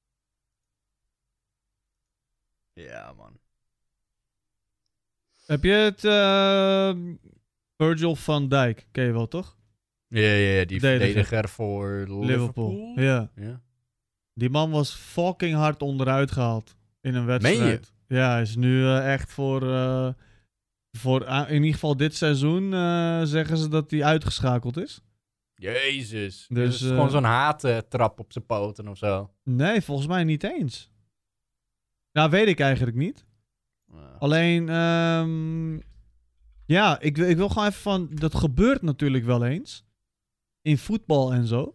Ja, man. Heb je het uh, Virgil van Dijk? Ken je wel, toch? Ja, ja, ja, die verdediger, verdediger voor Liverpool. Liverpool. Ja. ja. Die man was fucking hard onderuit gehaald in een wedstrijd. Meen je? Ja, hij is nu uh, echt voor, uh, voor uh, in ieder geval dit seizoen uh, zeggen ze dat hij uitgeschakeld is. Jezus. Dus, Dus dus het is uh, gewoon zo'n haattrap op zijn poten of zo. Nee, volgens mij niet eens. Nou, weet ik eigenlijk niet. Uh. Alleen, um, ja, ik, ik wil gewoon even van... Dat gebeurt natuurlijk wel eens. In voetbal en zo.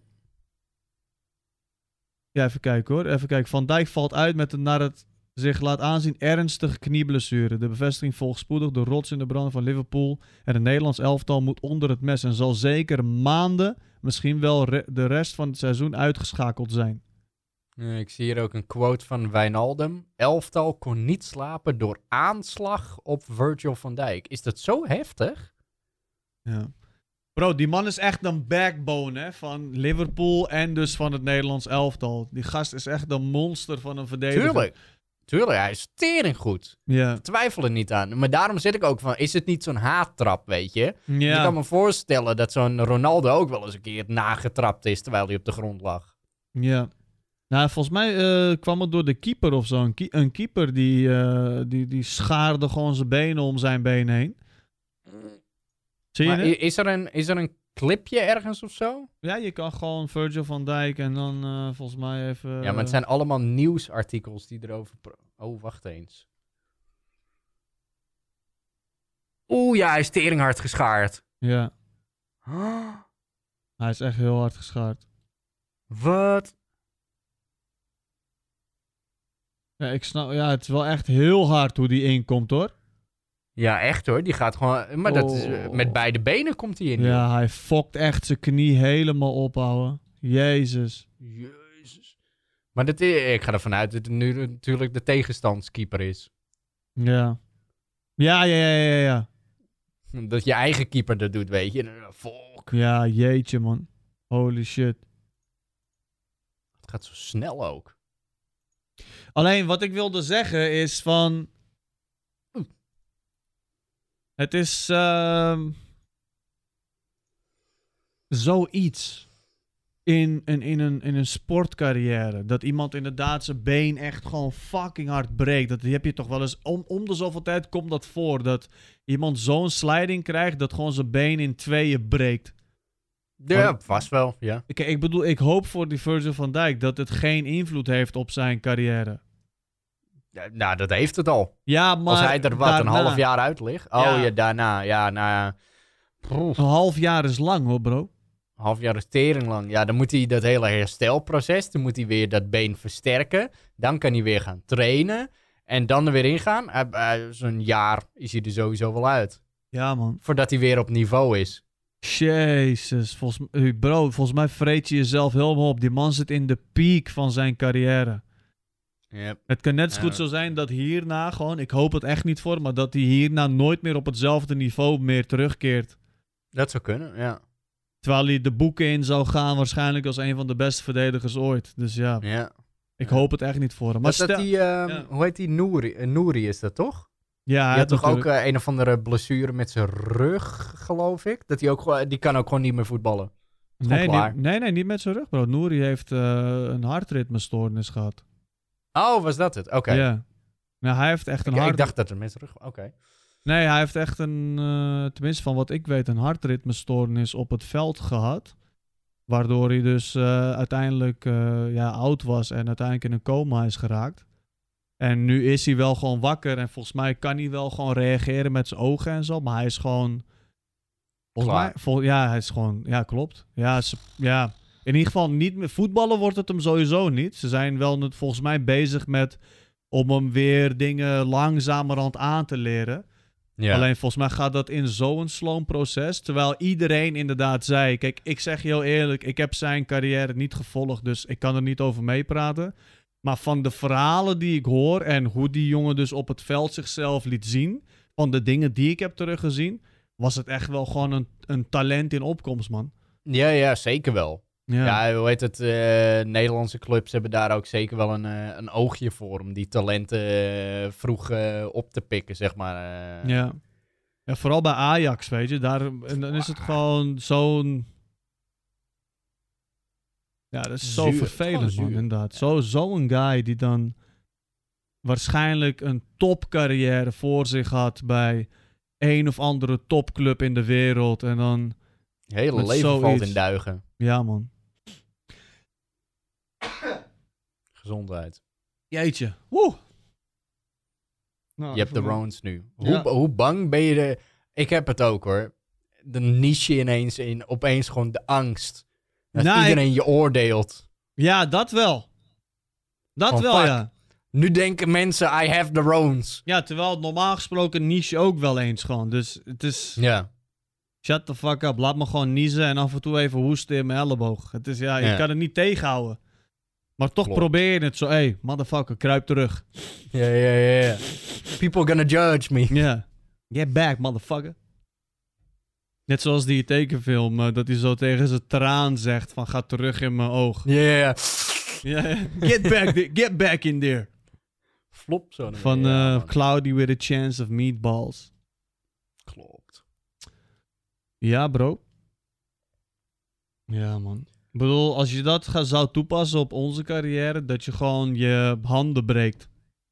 Ja, even kijken hoor. Even kijken. Van Dijk valt uit met een naar het zich laat aanzien ernstige knieblessure. De bevestiging volgt spoedig. De rots in de branden van Liverpool. En het Nederlands elftal moet onder het mes en zal zeker maanden, misschien wel re- de rest van het seizoen uitgeschakeld zijn. Uh, ik zie hier ook een quote van Wijnaldum. Elftal kon niet slapen door aanslag op Virgil van Dijk. Is dat zo heftig? Ja. Bro, die man is echt een backbone hè, van Liverpool en dus van het Nederlands elftal. Die gast is echt een monster van een verdediger. Tuurlijk. Tuurlijk, hij is tering goed. Ja. Ik twijfel er niet aan. Maar daarom zit ik ook van, is het niet zo'n haattrap, weet je? Ja. Je kan me voorstellen dat zo'n Ronaldo ook wel eens een keer nagetrapt is terwijl hij op de grond lag. Ja. Nou, volgens mij uh, kwam het door de keeper of zo. Een, ki- een keeper die, uh, die, die schaarde gewoon zijn benen om zijn benen heen. Zie je maar het? is er, een, is er een clipje ergens of zo? Ja, je kan gewoon Virgil van Dijk en dan uh, volgens mij even... Uh... Ja, maar het zijn allemaal nieuwsartikels die erover... Pro- oh, wacht eens. Oeh, ja, hij is teringhard geschaard. Ja. Huh? Hij is echt heel hard geschaard. Wat? Ja, ik snap... Ja, het is wel echt heel hard hoe die inkomt, hoor. Ja, echt hoor. Die gaat gewoon... Maar dat is, Oh. met beide benen komt hij in. Ja, joh. hij fokt echt zijn knie helemaal ophouden. Jezus. Jezus. Maar dat is, ik ga ervan uit dat het nu natuurlijk de tegenstandskeeper is. Ja. Ja, ja, ja, ja, ja. Dat je eigen keeper dat doet, weet je. Volk. Ja, jeetje, man. Holy shit. Het gaat zo snel ook. Alleen, wat ik wilde zeggen is van... Het is... Uh, zoiets. In, in, in, een, in een sportcarrière. Dat iemand inderdaad zijn been echt gewoon fucking hard breekt. Dat heb je toch wel eens... Om, om de zoveel tijd komt dat voor. Dat iemand zo'n sliding krijgt dat gewoon zijn been in tweeën breekt. Ja, Maar, vast wel, ja. Ik, ik bedoel, ik hoop voor die Virgil van Dijk dat het geen invloed heeft op zijn carrière. Ja, nou, dat heeft het al. Ja, maar Als hij er wat daarna, een half jaar uit ligt. Oh Ja. ja, daarna. Ja, nou ja. Proef. Een half jaar is lang hoor, bro. Een half jaar is tering lang. Ja, dan moet hij dat hele herstelproces. Dan moet hij weer dat been versterken. Dan kan hij weer gaan trainen. En dan er weer ingaan. Uh, uh, Zo'n jaar is hij er sowieso wel uit. Ja, man. Voordat hij weer op niveau is. Jezus. Volgens, mij- bro, volgens mij vreet je jezelf helemaal op. Die man zit in de piek van zijn carrière. Yep. Het kan net zo goed Ja. zo zijn dat hierna gewoon... Ik hoop het echt niet voor, maar dat hij hierna nooit meer op hetzelfde niveau meer terugkeert. Dat zou kunnen, ja. Terwijl hij de boeken in zou gaan waarschijnlijk als een van de beste verdedigers ooit. Dus ja, ja. ik Ja. hoop het echt niet voor hem. Maar Maar dat stel- die, ehm, ja. hoe heet die? Nouri, eh, Nouri is dat toch? ja, Die hij had toch ook natuurlijk- eh, een of andere blessure met zijn rug, geloof ik? Dat hij ook gewoon, die kan ook gewoon niet meer voetballen. Is nee, gewoon klaar. niet, nee, nee, niet met zijn rug, bro. Nouri heeft eh, een hartritmestoornis gehad. Oh, was dat het? Oké. Ja. Nou, hij heeft echt een Ik, ik hart... dacht dat er met zijn rug... Oké. Nee, hij heeft echt een, eh, tenminste van wat ik weet, een hartritmestoornis op het veld gehad. Waardoor hij dus eh, uiteindelijk eh, ja, oud was en uiteindelijk in een coma is geraakt. En nu is hij wel gewoon wakker en volgens mij kan hij wel gewoon reageren met zijn ogen en zo. Maar hij is gewoon... Volgens Klaar. mij... Vol, ja, hij is gewoon... Ja, klopt. Ja, ze, ja, in ieder geval niet meer... Voetballen wordt het hem sowieso niet. Ze zijn wel net volgens mij bezig met... om hem weer dingen langzamerhand aan te leren. Ja. Alleen volgens mij gaat dat in zo'n sloom proces. Terwijl iedereen inderdaad zei... Kijk, ik zeg je heel eerlijk... Ik heb zijn carrière niet gevolgd... Dus ik kan er niet over meepraten. Maar van de verhalen die ik hoor... En hoe die jongen dus op het veld zichzelf liet zien... Van de dingen die ik heb teruggezien... Was het echt wel gewoon een, een talent in opkomst, man. ja, ja, zeker wel. Ja, Ja, hoe heet het? eh, Nederlandse clubs hebben daar ook zeker wel een, eh, een oogje voor... om die talenten eh, vroeg eh, op te pikken, zeg maar. eh. ja. Ja, vooral bij Ajax, weet je. Daar, en dan is het gewoon zo'n... Ja, dat is zo Zuur. Het is vervelend, gewoon man, zuur. inderdaad. Ja. Zo, zo'n guy die dan waarschijnlijk een topcarrière voor zich had bij een of andere topclub in de wereld. En dan, Het hele Met leven valt zoiets. in duigen. ja man. Gezondheid. Jeetje. Woe. Nou, Je hebt de even- Rones nu. Hoe, Ja. hoe bang ben je de... Ik heb het ook, hoor. De niche ineens in. Opeens gewoon de angst. Dat Nou, ik- iedereen je oordeelt. Ja, dat wel. Dat Van, wel, fuck. ja. Nu denken mensen, I have the Rones. Ja, terwijl normaal gesproken niche ook wel eens gewoon. Dus het is... Ja. Shut the fuck up. Laat me gewoon niezen en af en toe even hoesten in mijn elleboog. Het is, ja, je Ja. kan het niet tegenhouden. Maar toch Klopt. probeer je het zo. Hé, hey, motherfucker, kruip terug. Ja, ja, ja, ja. People gonna judge me. Ja. Get back, motherfucker. Net zoals die tekenfilm, eh, dat hij zo tegen zijn traan zegt van ga terug in mijn oog. Ja, ja, ja. Ja, ja. Get back, there, get back in there. Flop zo. Van ja, eh, man. Cloudy with a Chance of Meatballs. Klopt. Ja, bro. Ja, man. Ik bedoel, als je dat ga, zou toepassen op onze carrière, dat je gewoon je handen breekt.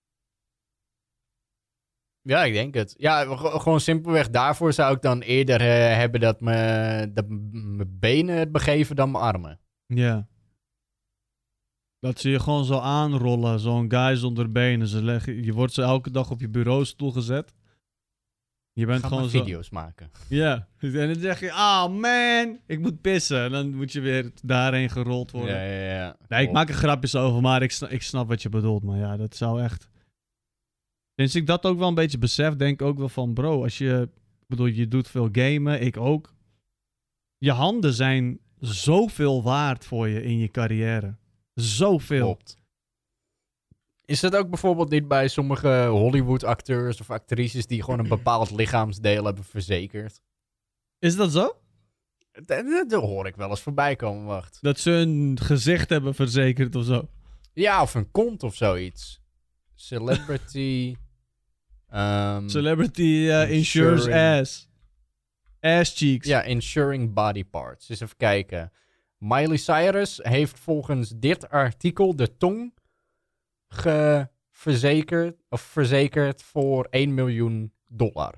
Ja, ik denk het. Ja, g- gewoon simpelweg daarvoor zou ik dan eerder eh, hebben dat me- dat m- mijn benen het begeven dan mijn armen. Ja. Dat ze je gewoon zo aanrollen, zo'n guy zonder benen. Ze leggen, je wordt zo elke dag op je bureaustoel gezet. Je bent Ga gewoon maar zo... video's maken. Ja. En dan zeg je, ah oh man, ik moet pissen. En dan moet je weer daarheen gerold worden. Ja, ja, ja. Nee, ik Klopt. maak er grapjes over, maar ik snap, ik snap wat je bedoelt. Maar ja, dat zou echt... Sinds ik dat ook wel een beetje besef, denk ik ook wel van... Bro, als je... Ik bedoel, je doet veel gamen, ik ook. Je handen zijn zoveel waard voor je in je carrière. Zoveel. Klopt. Is dat ook bijvoorbeeld niet bij sommige Hollywood-acteurs of actrices die gewoon een bepaald lichaamsdeel hebben verzekerd? Is dat zo? Dat, dat- dat hoor ik wel eens voorbij komen, wacht. Dat ze hun gezicht hebben verzekerd of zo. Ja, of een kont of zoiets. Celebrity... ehm, Celebrity uh, insures Insuring. ass. Ass cheeks. Ja, insuring body parts. Dus even kijken. Miley Cyrus heeft volgens dit artikel de tong geverzekerd, of verzekerd voor één miljoen dollar.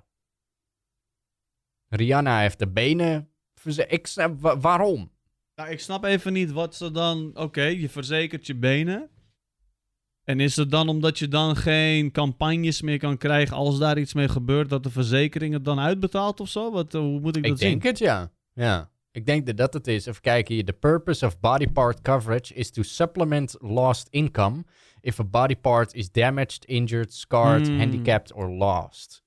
Rihanna heeft de benen verzekerd. Ik snap, wa- waarom? Nou, ik snap even niet wat ze dan... Oké, je verzekert je benen. En is het dan omdat je dan geen campagnes meer kan krijgen als daar iets mee gebeurt, dat de verzekering het dan uitbetaalt of zo? Wat, uh, hoe moet ik dat Ik zien? denk het, ja. Ja. Ik denk dat dat het is. Even kijken hier. The purpose of body part coverage is to supplement lost income if a body part is damaged, injured, scarred, Hmm. handicapped or lost.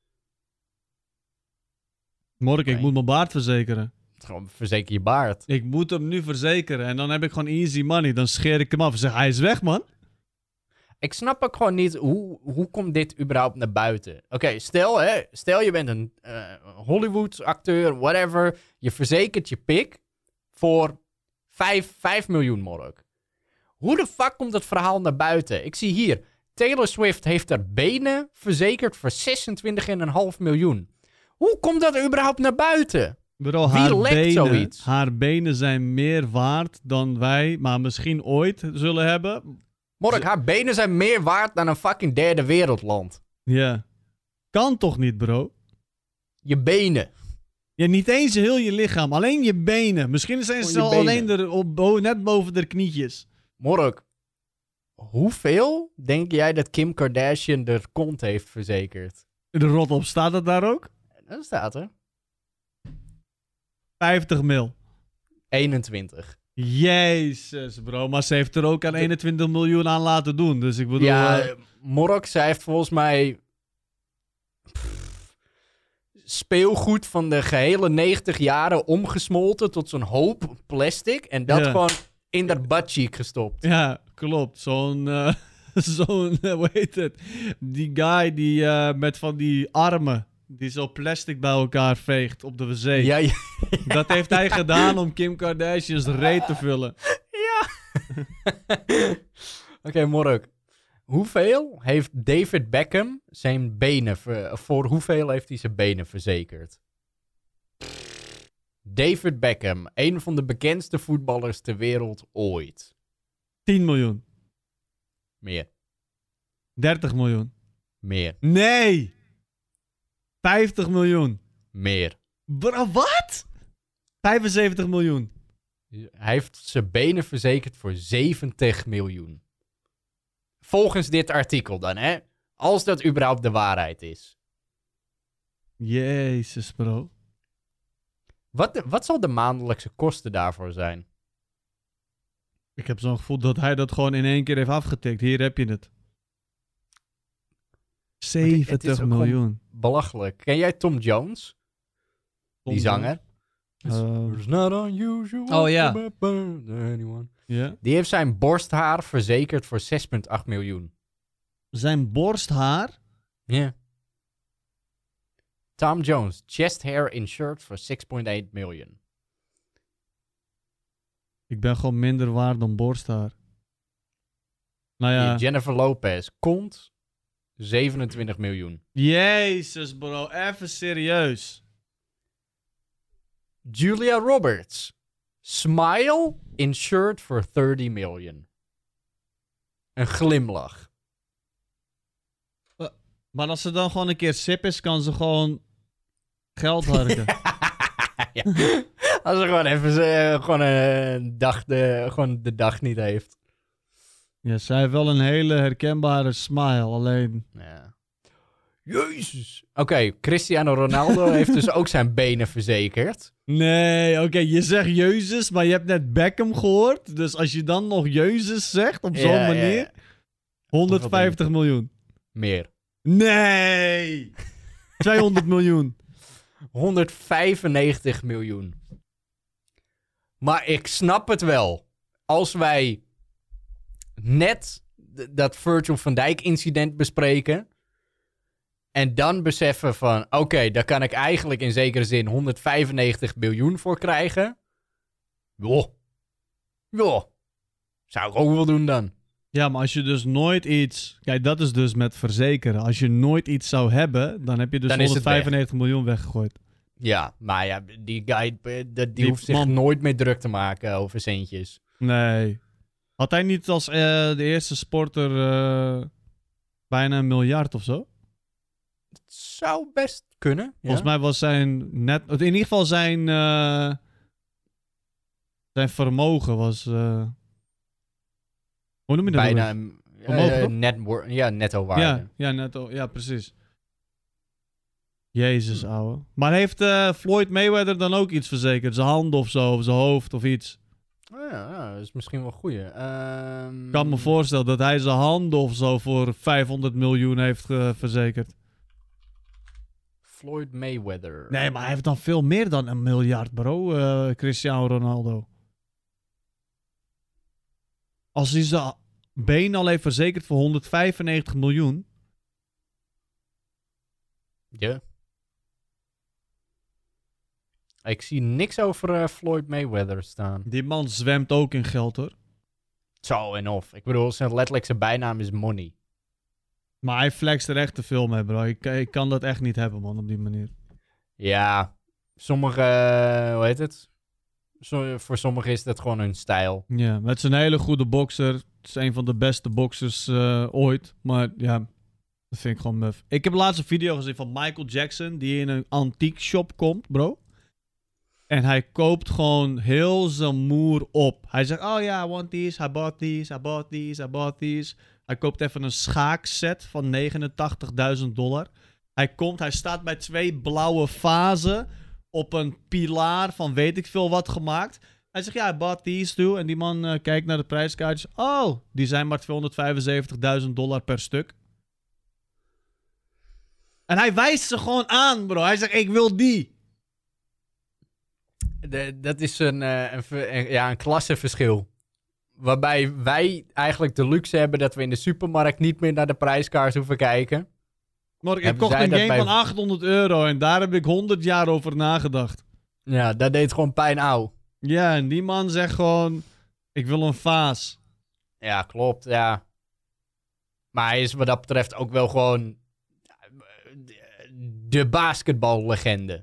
Mork, ik Nee. moet mijn baard verzekeren. Gewoon verzeker je baard. Ik moet hem nu verzekeren en dan heb ik gewoon easy money. Dan scheer ik hem af en zeg, hij is weg, man. Ik snap ook gewoon niet, hoe, hoe komt dit überhaupt naar buiten? Oké, stel, hè, stel je bent een uh, Hollywood-acteur, whatever. Je verzekert je pik voor vijf miljoen mork. Hoe de fuck komt dat verhaal naar buiten? Ik zie hier, Taylor Swift heeft haar benen verzekerd voor zesentwintig komma vijf miljoen. Hoe komt dat überhaupt naar buiten? Bro, Wie haar lekt benen, zoiets? haar benen zijn meer waard dan wij, maar misschien ooit zullen hebben. Mork, haar benen zijn meer waard dan een fucking derde wereldland. Ja. Kan toch niet, bro? Je benen. Ja, niet eens heel je lichaam, alleen je benen. Misschien zijn ze Gewoon je al benen. alleen er op, bo- net boven de knietjes. Mork, hoeveel denk jij dat Kim Kardashian de kont heeft verzekerd? De rot op, staat het daar ook? Dat staat er. vijftig mil. eenentwintig. Jezus, bro. Maar ze heeft er ook aan eenentwintig miljoen aan laten doen. Dus ik bedoel... Ja, eh, Mork, zij heeft volgens mij pff, speelgoed van de gehele negentig jaren omgesmolten tot zo'n hoop plastic. En dat Ja. gewoon in dat buttcheek gestopt. ja, klopt. Zo'n... eh, zo'n... eh, hoe heet het? Die guy die eh, met van die armen... Die zo plastic bij elkaar veegt op de zee. Ja, ja. Dat heeft hij gedaan om Kim Kardashian's reet te vullen. Oké, okay, Mork. Hoeveel heeft David Beckham zijn benen... Ver, voor hoeveel heeft hij zijn benen verzekerd? David Beckham, een van de bekendste voetballers ter wereld ooit. tien miljoen. Meer, dertig miljoen. meer, Nee! vijftig miljoen. meer. Bro, wat? vijfenzeventig miljoen. Hij heeft zijn benen verzekerd voor zeventig miljoen. Volgens dit artikel dan, hè? Als dat überhaupt de waarheid is. Jezus, bro. Wat, de- wat zal de maandelijkse kosten daarvoor zijn? Ik heb zo'n gevoel dat hij dat gewoon in één keer heeft afgetikt. Hier heb je het. zeventig ook miljoen. Belachelijk. Ken jij Tom Jones? Die zanger? Eh, It's not unusual Oh, ja. to be burned to anyone. ja. Die heeft zijn borsthaar verzekerd voor zes komma acht miljoen. Zijn borsthaar. Ja. Tom Jones, chest hair insured for six point eight million. Ik ben gewoon minder waard dan borsthaar. Nou ja. Hier, Jennifer Lopez, kont, zevenentwintig miljoen. Jezus, bro. Even serieus. Julia Roberts, smile insured for thirty million. Een glimlach. Maar als ze dan gewoon een keer sip is, kan ze gewoon geld harken. Ja. Als ze gewoon even eh, gewoon een dag de, gewoon de dag niet heeft. Ja, zij heeft wel een hele herkenbare smile. Alleen... Ja. Jezus. Oké, Cristiano Ronaldo heeft dus ook zijn benen verzekerd. Nee, oké, je zegt Jezus, maar je hebt net Beckham gehoord. Dus als je dan nog Jezus zegt op zo'n Ja, ja, manier... ja. honderdvijftig miljoen. Meer. Nee! tweehonderd miljoen. honderdvijfennegentig miljoen. Maar ik snap het wel. Als wij net d- dat Virgil van Dijk incident bespreken... en dan beseffen van... oké, okay, daar kan ik eigenlijk in zekere zin honderdvijfennegentig miljoen voor krijgen. Joh. Joh. Zou ik ook wel doen dan. Ja, maar als je dus nooit iets... Kijk, dat is dus met verzekeren. Als je nooit iets zou hebben, dan heb je dus Dan is het honderdvijfennegentig miljoen weggegooid. Ja, maar ja, die guy eh, die, die Die hoeft zich man- nooit meer druk te maken over centjes. Nee. Had hij niet als eh, de eerste sporter eh, bijna een miljard of zo? Het zou best kunnen. Ja. Volgens mij was zijn net... In ieder geval zijn... eh, zijn vermogen was... eh, hoe noem je dat? bijna ook? een, Omhoog, Uh, toch? net wo- ja, netto waarde. Ja, ja, net al, ja, precies. Jezus, ouwe. Maar heeft uh, Floyd Mayweather dan ook iets verzekerd? Zijn hand of zo, of zijn hoofd of iets? Oh ja, ja, dat is misschien wel een goeie. Ehm, Ik kan me voorstellen dat hij zijn handen of zo voor vijfhonderd miljoen heeft uh, verzekerd. Floyd Mayweather. Nee, maar hij heeft dan veel meer dan een miljard, bro. Uh, Cristiano Ronaldo. Als hij zijn been al heeft verzekerd voor honderdvijfennegentig miljoen. Ja. Ik zie niks over uh, Floyd Mayweather staan. Die man zwemt ook in geld, hoor. Zo en of. Ik bedoel, zijn letterlijk zijn bijnaam is Money. Maar hij flext er echt te veel mee, bro. Ik, ik kan dat echt niet hebben, man, op die manier. Ja, sommige, uh, hoe heet het? Zo, voor sommigen is dat gewoon hun stijl. Ja, het is een hele goede bokser. Het is een van de beste boxers uh, ooit. Maar ja, dat vind ik gewoon muf. Ik heb laatst een video gezien van Michael Jackson, die in een antiek shop komt, bro. En hij koopt gewoon heel zijn moer op. Hij zegt, oh ja, I want these, I bought these, I bought these, I bought these. Hij koopt even een schaakset van negenentachtigduizend dollar. Hij komt, hij staat bij twee blauwe vazen op een pilaar van weet ik veel wat gemaakt. Hij zegt, ja, I bought these too. En die man uh, kijkt naar de prijskaartjes. Oh, die zijn maar tweehonderdvijfenzeventigduizend dollar per stuk. En hij wijst ze gewoon aan, bro. Hij zegt, ik wil die. De, dat is een, uh, een, een, ja, een klassenverschil. Waarbij wij eigenlijk de luxe hebben dat we in de supermarkt niet meer naar de prijskaart hoeven kijken. Maar ik kocht een game bij... van achthonderd euro en daar heb ik honderd jaar over nagedacht. Ja, dat deed gewoon pijn auw. Ja, en die man zegt gewoon, ik wil een vaas. Ja, klopt, ja. Maar hij is wat dat betreft ook wel gewoon de basketballegende.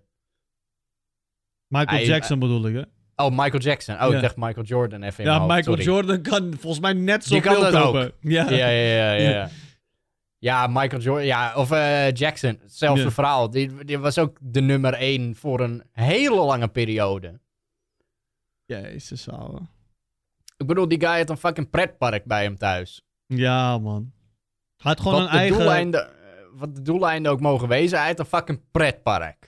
Michael hij, Jackson bedoel ik, hè? Oh, Michael Jackson. Oh, ja. ik dacht Michael Jordan even in Ja, mijn hoofd. Michael Sorry. Jordan kan volgens mij net Die zoveel kan dat kopen. ook. Ja. Ja, ja, ja, ja. ja. Ja, Michael Jordan. Ja, of uh, Jackson. Hetzelfde Ja. verhaal. Die, die was ook de nummer één voor een hele lange periode. Jezus, ouwe. Ik bedoel, die guy had een fucking pretpark bij hem thuis. Ja, man. Hij had gewoon wat een de eigen... Doeleinden, wat de doeleinden ook mogen wezen, hij had een fucking pretpark.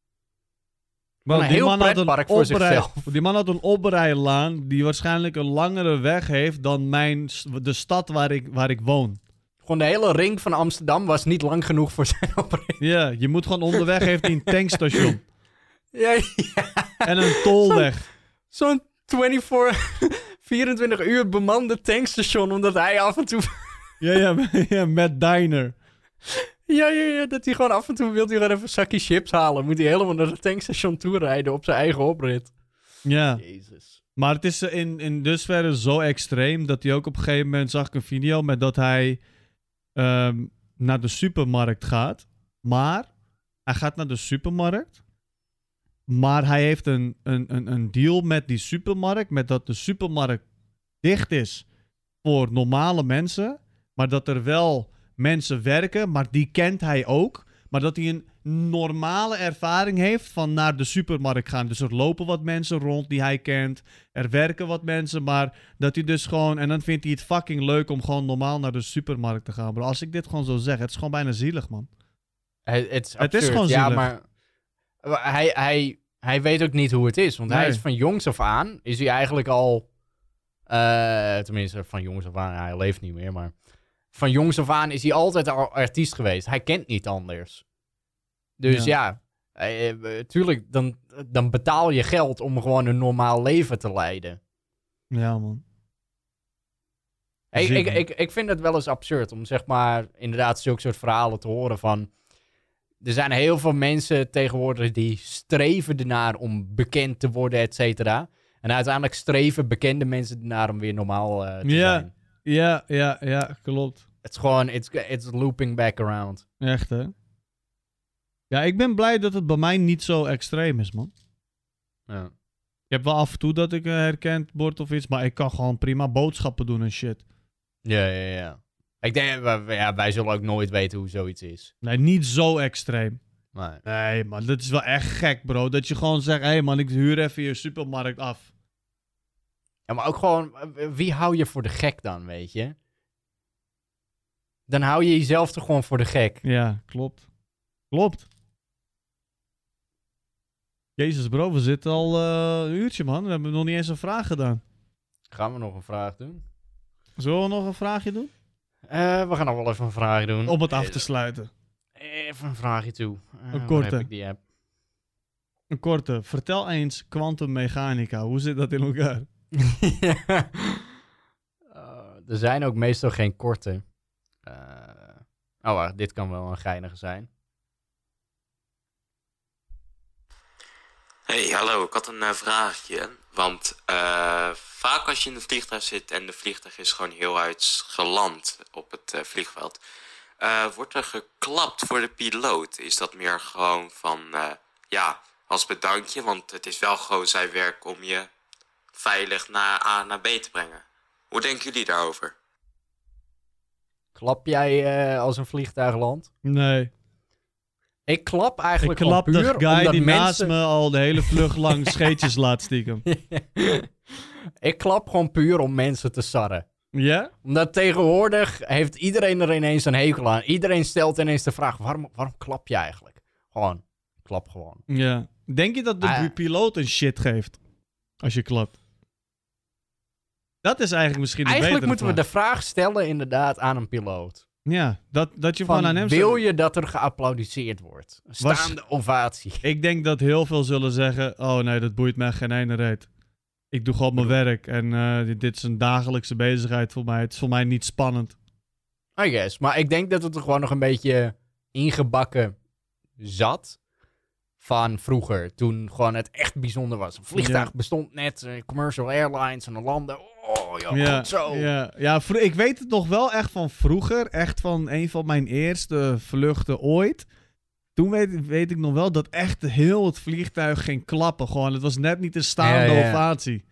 Bro, een die heel man had een pretpark voor oprij- zichzelf. Die man had een oprijlaan die waarschijnlijk een langere weg heeft dan mijn, de stad waar ik, waar ik woon. Gewoon de hele ring van Amsterdam was niet lang genoeg voor zijn oprit. Ja, je moet gewoon onderweg heeft hij een tankstation. Ja, ja. En een tolweg. Zo'n vierentwintig uur bemande tankstation, omdat hij af en toe... Ja, ja, ja, met diner. Ja, ja, ja, dat hij gewoon af en toe wil hij gewoon even een zakje chips halen. Moet hij helemaal naar het tankstation toe rijden op zijn eigen oprit. Ja. Jezus. Maar het is in, in dusverre zo extreem dat hij ook op een gegeven moment zag ik een video met dat hij um, naar de supermarkt gaat. Maar hij gaat naar de supermarkt. Maar hij heeft een, een, een, een deal met die supermarkt. Met dat de supermarkt dicht is voor normale mensen. Maar dat er wel mensen werken, maar die kent hij ook. Maar dat hij een normale ervaring heeft van naar de supermarkt gaan. Dus er lopen wat mensen rond die hij kent. Er werken wat mensen, maar dat hij dus gewoon... En dan vindt hij het fucking leuk om gewoon normaal naar de supermarkt te gaan. Bro, als ik dit gewoon zo zeg, het is gewoon bijna zielig, man. Het, het, is, Het is gewoon ja, zielig. maar hij, hij, hij weet ook niet hoe het is. Want Nee. hij is van jongs af aan, is hij eigenlijk al... Uh, tenminste, van jongs af aan, hij leeft niet meer, maar... Van jongs af aan is hij altijd al artiest geweest. Hij kent niet anders. Dus ja, ja uh, tuurlijk, dan, dan betaal je geld om gewoon een normaal leven te leiden. Ja, man. Ik, Ziek, ik, man. ik, ik vind het wel eens absurd om zeg maar inderdaad zulke soort verhalen te horen van... Er zijn heel veel mensen tegenwoordig die streven ernaar om bekend te worden, et cetera. En uiteindelijk streven bekende mensen ernaar om weer normaal uh, te Ja. zijn. Ja, ja, ja, klopt. Het is gewoon, it's, it's looping back around. Echt, hè? Ja, ik ben blij dat het bij mij niet zo extreem is, man. Ja. Ik heb wel af en toe dat ik uh, herkend word of iets, maar ik kan gewoon prima boodschappen doen en shit. Ja, ja, ja. Ik denk, wij, ja, wij zullen ook nooit weten hoe zoiets is. Nee, niet zo extreem. Maar, Nee, man, dat is wel echt gek, bro. Dat je gewoon zegt, hé hey, man, ik huur even je supermarkt af. ja, maar ook gewoon, wie hou je voor de gek dan, weet je? Dan hou je jezelf toch gewoon voor de gek. Ja, klopt. Klopt. Jezus bro, we zitten al uh, een uurtje man. We hebben nog niet eens een vraag gedaan. Gaan we nog een vraag doen? Zullen we nog een vraagje doen? Uh, we gaan nog wel even een vraag doen. Om het af te sluiten. Even een vraagje toe. Uh, een korte. Heb ik die app? Een korte. Vertel eens kwantummechanica. Hoe zit dat in elkaar? uh, er zijn ook meestal geen korte. Uh, oh, wacht, dit kan wel een geinige zijn. Hey, hallo. Ik had een uh, vraagje. Want uh, vaak als je in een vliegtuig zit en de vliegtuig is gewoon heel uit geland op het uh, vliegveld, uh, wordt er geklapt voor de piloot? Is dat meer gewoon van, uh, ja, als bedankje, want het is wel gewoon zijn werk om je veilig naar A naar B te brengen. Hoe denken jullie daarover? Klap jij uh, als een vliegtuig landt? Nee. Ik klap eigenlijk ik klap puur de guy omdat die mensen... naast me al de hele vlucht lang scheetjes laat stiekem. Ik klap gewoon puur om mensen te sarren. Ja? Omdat tegenwoordig heeft iedereen er ineens een hekel aan. Iedereen stelt ineens de vraag, waarom, waarom klap je eigenlijk? Gewoon, klap gewoon. Ja. Denk je dat de Ah, piloot een shit geeft als je klapt? Dat is eigenlijk misschien de Eigenlijk betere moeten vraag. we de vraag stellen inderdaad aan een piloot. Ja, dat, dat je Van, van aan hem... wil je dat er geapplaudiseerd wordt? Een Was- staande ovatie. Ik denk dat heel veel zullen zeggen, oh nee, dat boeit mij geen ene reet. Ik doe gewoon mijn werk en uh, dit, dit is een dagelijkse bezigheid voor mij. Het is voor mij niet spannend. I guess. Maar ik denk dat het er gewoon nog een beetje ingebakken zat van vroeger. Toen gewoon het echt bijzonder was. Een vliegtuig Ja. bestond net, uh, commercial airlines en dan landen. Oh, joh, Ja, goed zo. ja, ja vro- ik weet het nog wel echt van vroeger. Echt van een van mijn eerste vluchten ooit. Toen weet, weet ik nog wel dat echt heel het vliegtuig ging klappen. Gewoon, het was net niet een staande Ja, ja. ovatie.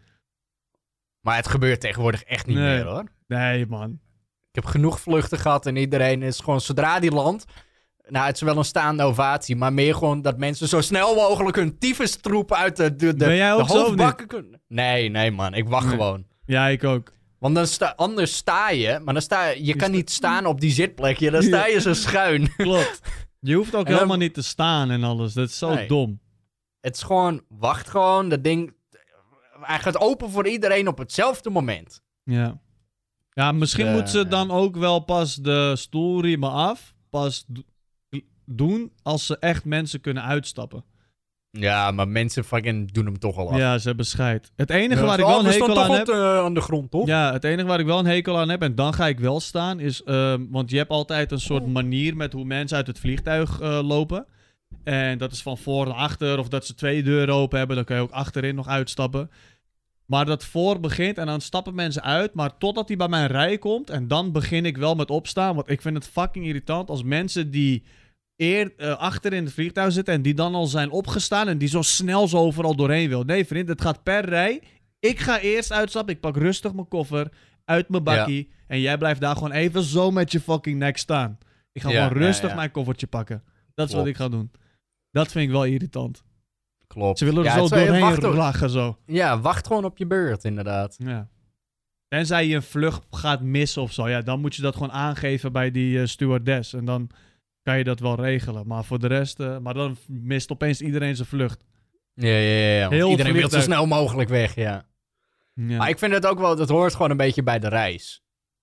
Maar het gebeurt tegenwoordig echt niet Nee. meer, hoor. Nee, man. Ik heb genoeg vluchten gehad en iedereen is gewoon, zodra die landt... Nou, het is wel een staande ovatie, maar meer gewoon dat mensen zo snel mogelijk hun tyfustroep uit de, de, de, Ben jij de ook zo of hoofdbakken kunnen... Nee, nee man, ik wacht Nee. gewoon. Ja, ik ook. Want dan sta, anders sta je, maar dan sta je... Je kan sta- niet staan op die zitplekje, dan sta je zo schuin. Klopt. Je hoeft ook En dan- helemaal niet te staan en alles. Dat is zo Nee. dom. Het is gewoon, wacht gewoon, dat ding... Hij gaat open voor iedereen op hetzelfde moment. Ja. Ja, misschien Dus, uh, moeten ze dan ook wel pas de stoelriemen af. Pas do- doen als ze echt mensen kunnen uitstappen. Ja, maar mensen fucking doen hem toch al af. Ja, ze hebben scheid. Het enige Ja, waar ik oh, wel een we staan hekel toch aan op heb... de- aan de grond, toch? Ja, het enige waar ik wel een hekel aan heb, en dan ga ik wel staan, is... ehm, want je hebt altijd een soort manier met hoe mensen uit het vliegtuig eh, lopen. En dat is van voor naar achter, of dat ze twee deuren open hebben. Dan kun je ook achterin nog uitstappen. Maar dat voor begint en dan stappen mensen uit. Maar totdat hij bij mijn rij komt, en dan begin ik wel met opstaan. Want ik vind het fucking irritant als mensen die eer, uh, achter in het vliegtuig zitten en die dan al zijn opgestaan en die zo snel zo overal doorheen wil. Nee vriend, het gaat per rij. Ik ga eerst uitstappen, ik pak rustig mijn koffer uit mijn bakkie. En jij blijft daar gewoon even zo met je fucking nek staan. Ik ga Ja, gewoon rustig ja, ja. mijn koffertje pakken. Dat is Klopt. wat ik ga doen. Dat vind ik wel irritant. Klopt. Ze willen er Ja, zo het is- doorheen wacht, ook- lachen zo. Ja, wacht gewoon op je beurt, inderdaad. Ja. Tenzij je een vlucht gaat missen of zo. Ja, dan moet je dat gewoon aangeven bij die eh, stewardess. En dan kan je dat wel regelen. Maar voor de rest... eh, maar dan mist opeens iedereen zijn vlucht. Ja, ja, ja. ja, want Heel iedereen wil zo vliegtuig. snel mogelijk weg, ja. Ja. Maar ik vind het ook wel, dat hoort gewoon een beetje bij de reis.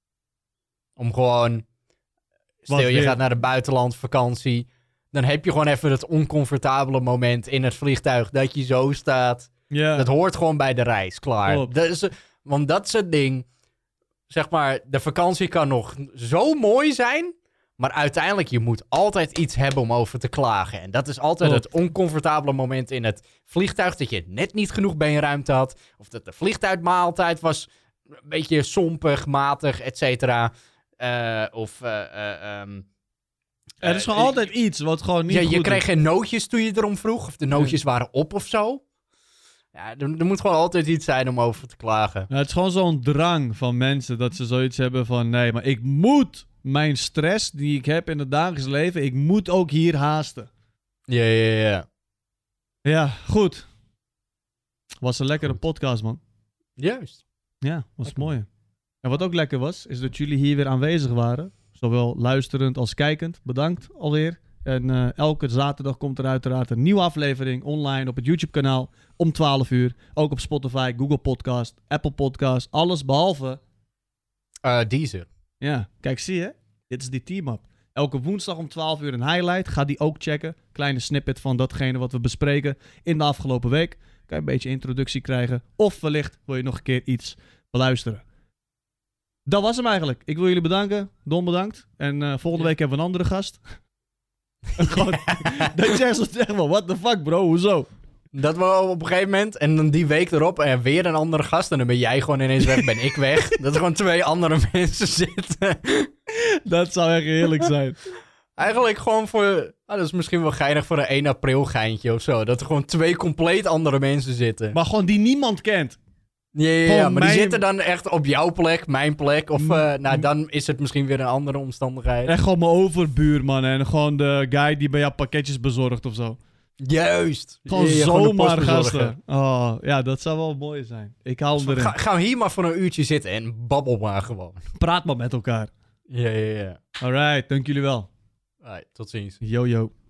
Om gewoon, stel je weer? gaat naar de buitenlandvakantie, dan heb je gewoon even het oncomfortabele moment in het vliegtuig dat je zo staat. ja. Dat hoort gewoon bij de reis, klaar. Klopt. Dat is, want dat is het ding, zeg maar, de vakantie kan nog zo mooi zijn, maar uiteindelijk, je moet altijd iets hebben om over te klagen. En dat is altijd Klopt. het oncomfortabele moment in het vliegtuig, dat je net niet genoeg beenruimte had, of dat de vliegtuigmaaltijd was een beetje sompig, matig, et cetera. Eh, of... eh, eh, ehm, er is eh, gewoon altijd iets wat gewoon niet ja, goed je is. kreeg geen nootjes toen je erom vroeg, of de nootjes waren op of zo. Ja, er, er moet gewoon altijd iets zijn om over te klagen. Nou, het is gewoon zo'n drang van mensen dat ze zoiets hebben van... Nee, maar ik moet mijn stress die ik heb in het dagelijks leven... Ik moet ook hier haasten. Ja, ja, ja. Ja, goed. Was een lekkere Goed. podcast, man. Juist. Ja, was Lekker. mooi. En wat ook lekker was, is dat jullie hier weer aanwezig waren. Zowel luisterend als kijkend. Bedankt alweer. En uh, elke zaterdag komt er uiteraard een nieuwe aflevering online op het YouTube-kanaal om twaalf uur. Ook op Spotify, Google Podcast, Apple Podcast. Alles behalve... Uh, Deezer. Ja, kijk, zie je? Dit is die team-up. Elke woensdag om twaalf uur een highlight. Ga die ook checken. Kleine snippet van datgene wat we bespreken in de afgelopen week. Kan je een beetje introductie krijgen. Of wellicht wil je nog een keer iets beluisteren. Dat was hem eigenlijk. Ik wil jullie bedanken. Don bedankt. En uh, volgende week hebben we een andere gast. Gewoon, dat je echt zo zegt van, what the fuck bro, hoezo? Dat we op een gegeven moment, en dan die week erop, en weer een andere gast. En dan ben jij gewoon ineens weg, ben ik weg. Dat er gewoon twee andere mensen zitten. Dat zou echt heerlijk zijn. Eigenlijk gewoon voor, ah, dat is misschien wel geinig voor een één april geintje of zo. Dat er gewoon twee compleet andere mensen zitten. Maar gewoon die niemand kent. Ja, ja, ja, maar mijn... die zitten dan echt op jouw plek, mijn plek. Of uh, nou, dan is het misschien weer een andere omstandigheid. Echt gewoon mijn overbuurman en gewoon de guy die bij jou pakketjes bezorgt of zo. Juist. Gewoon ja, ja, zomaar gasten. Oh, ja, dat zou wel mooi zijn. Ik haal hem erin. Ga, gaan we hier maar voor een uurtje zitten en babbel maar gewoon. Praat maar met elkaar. Ja, ja, ja. Alright, dank jullie wel. Alright, tot ziens. Yo, yo.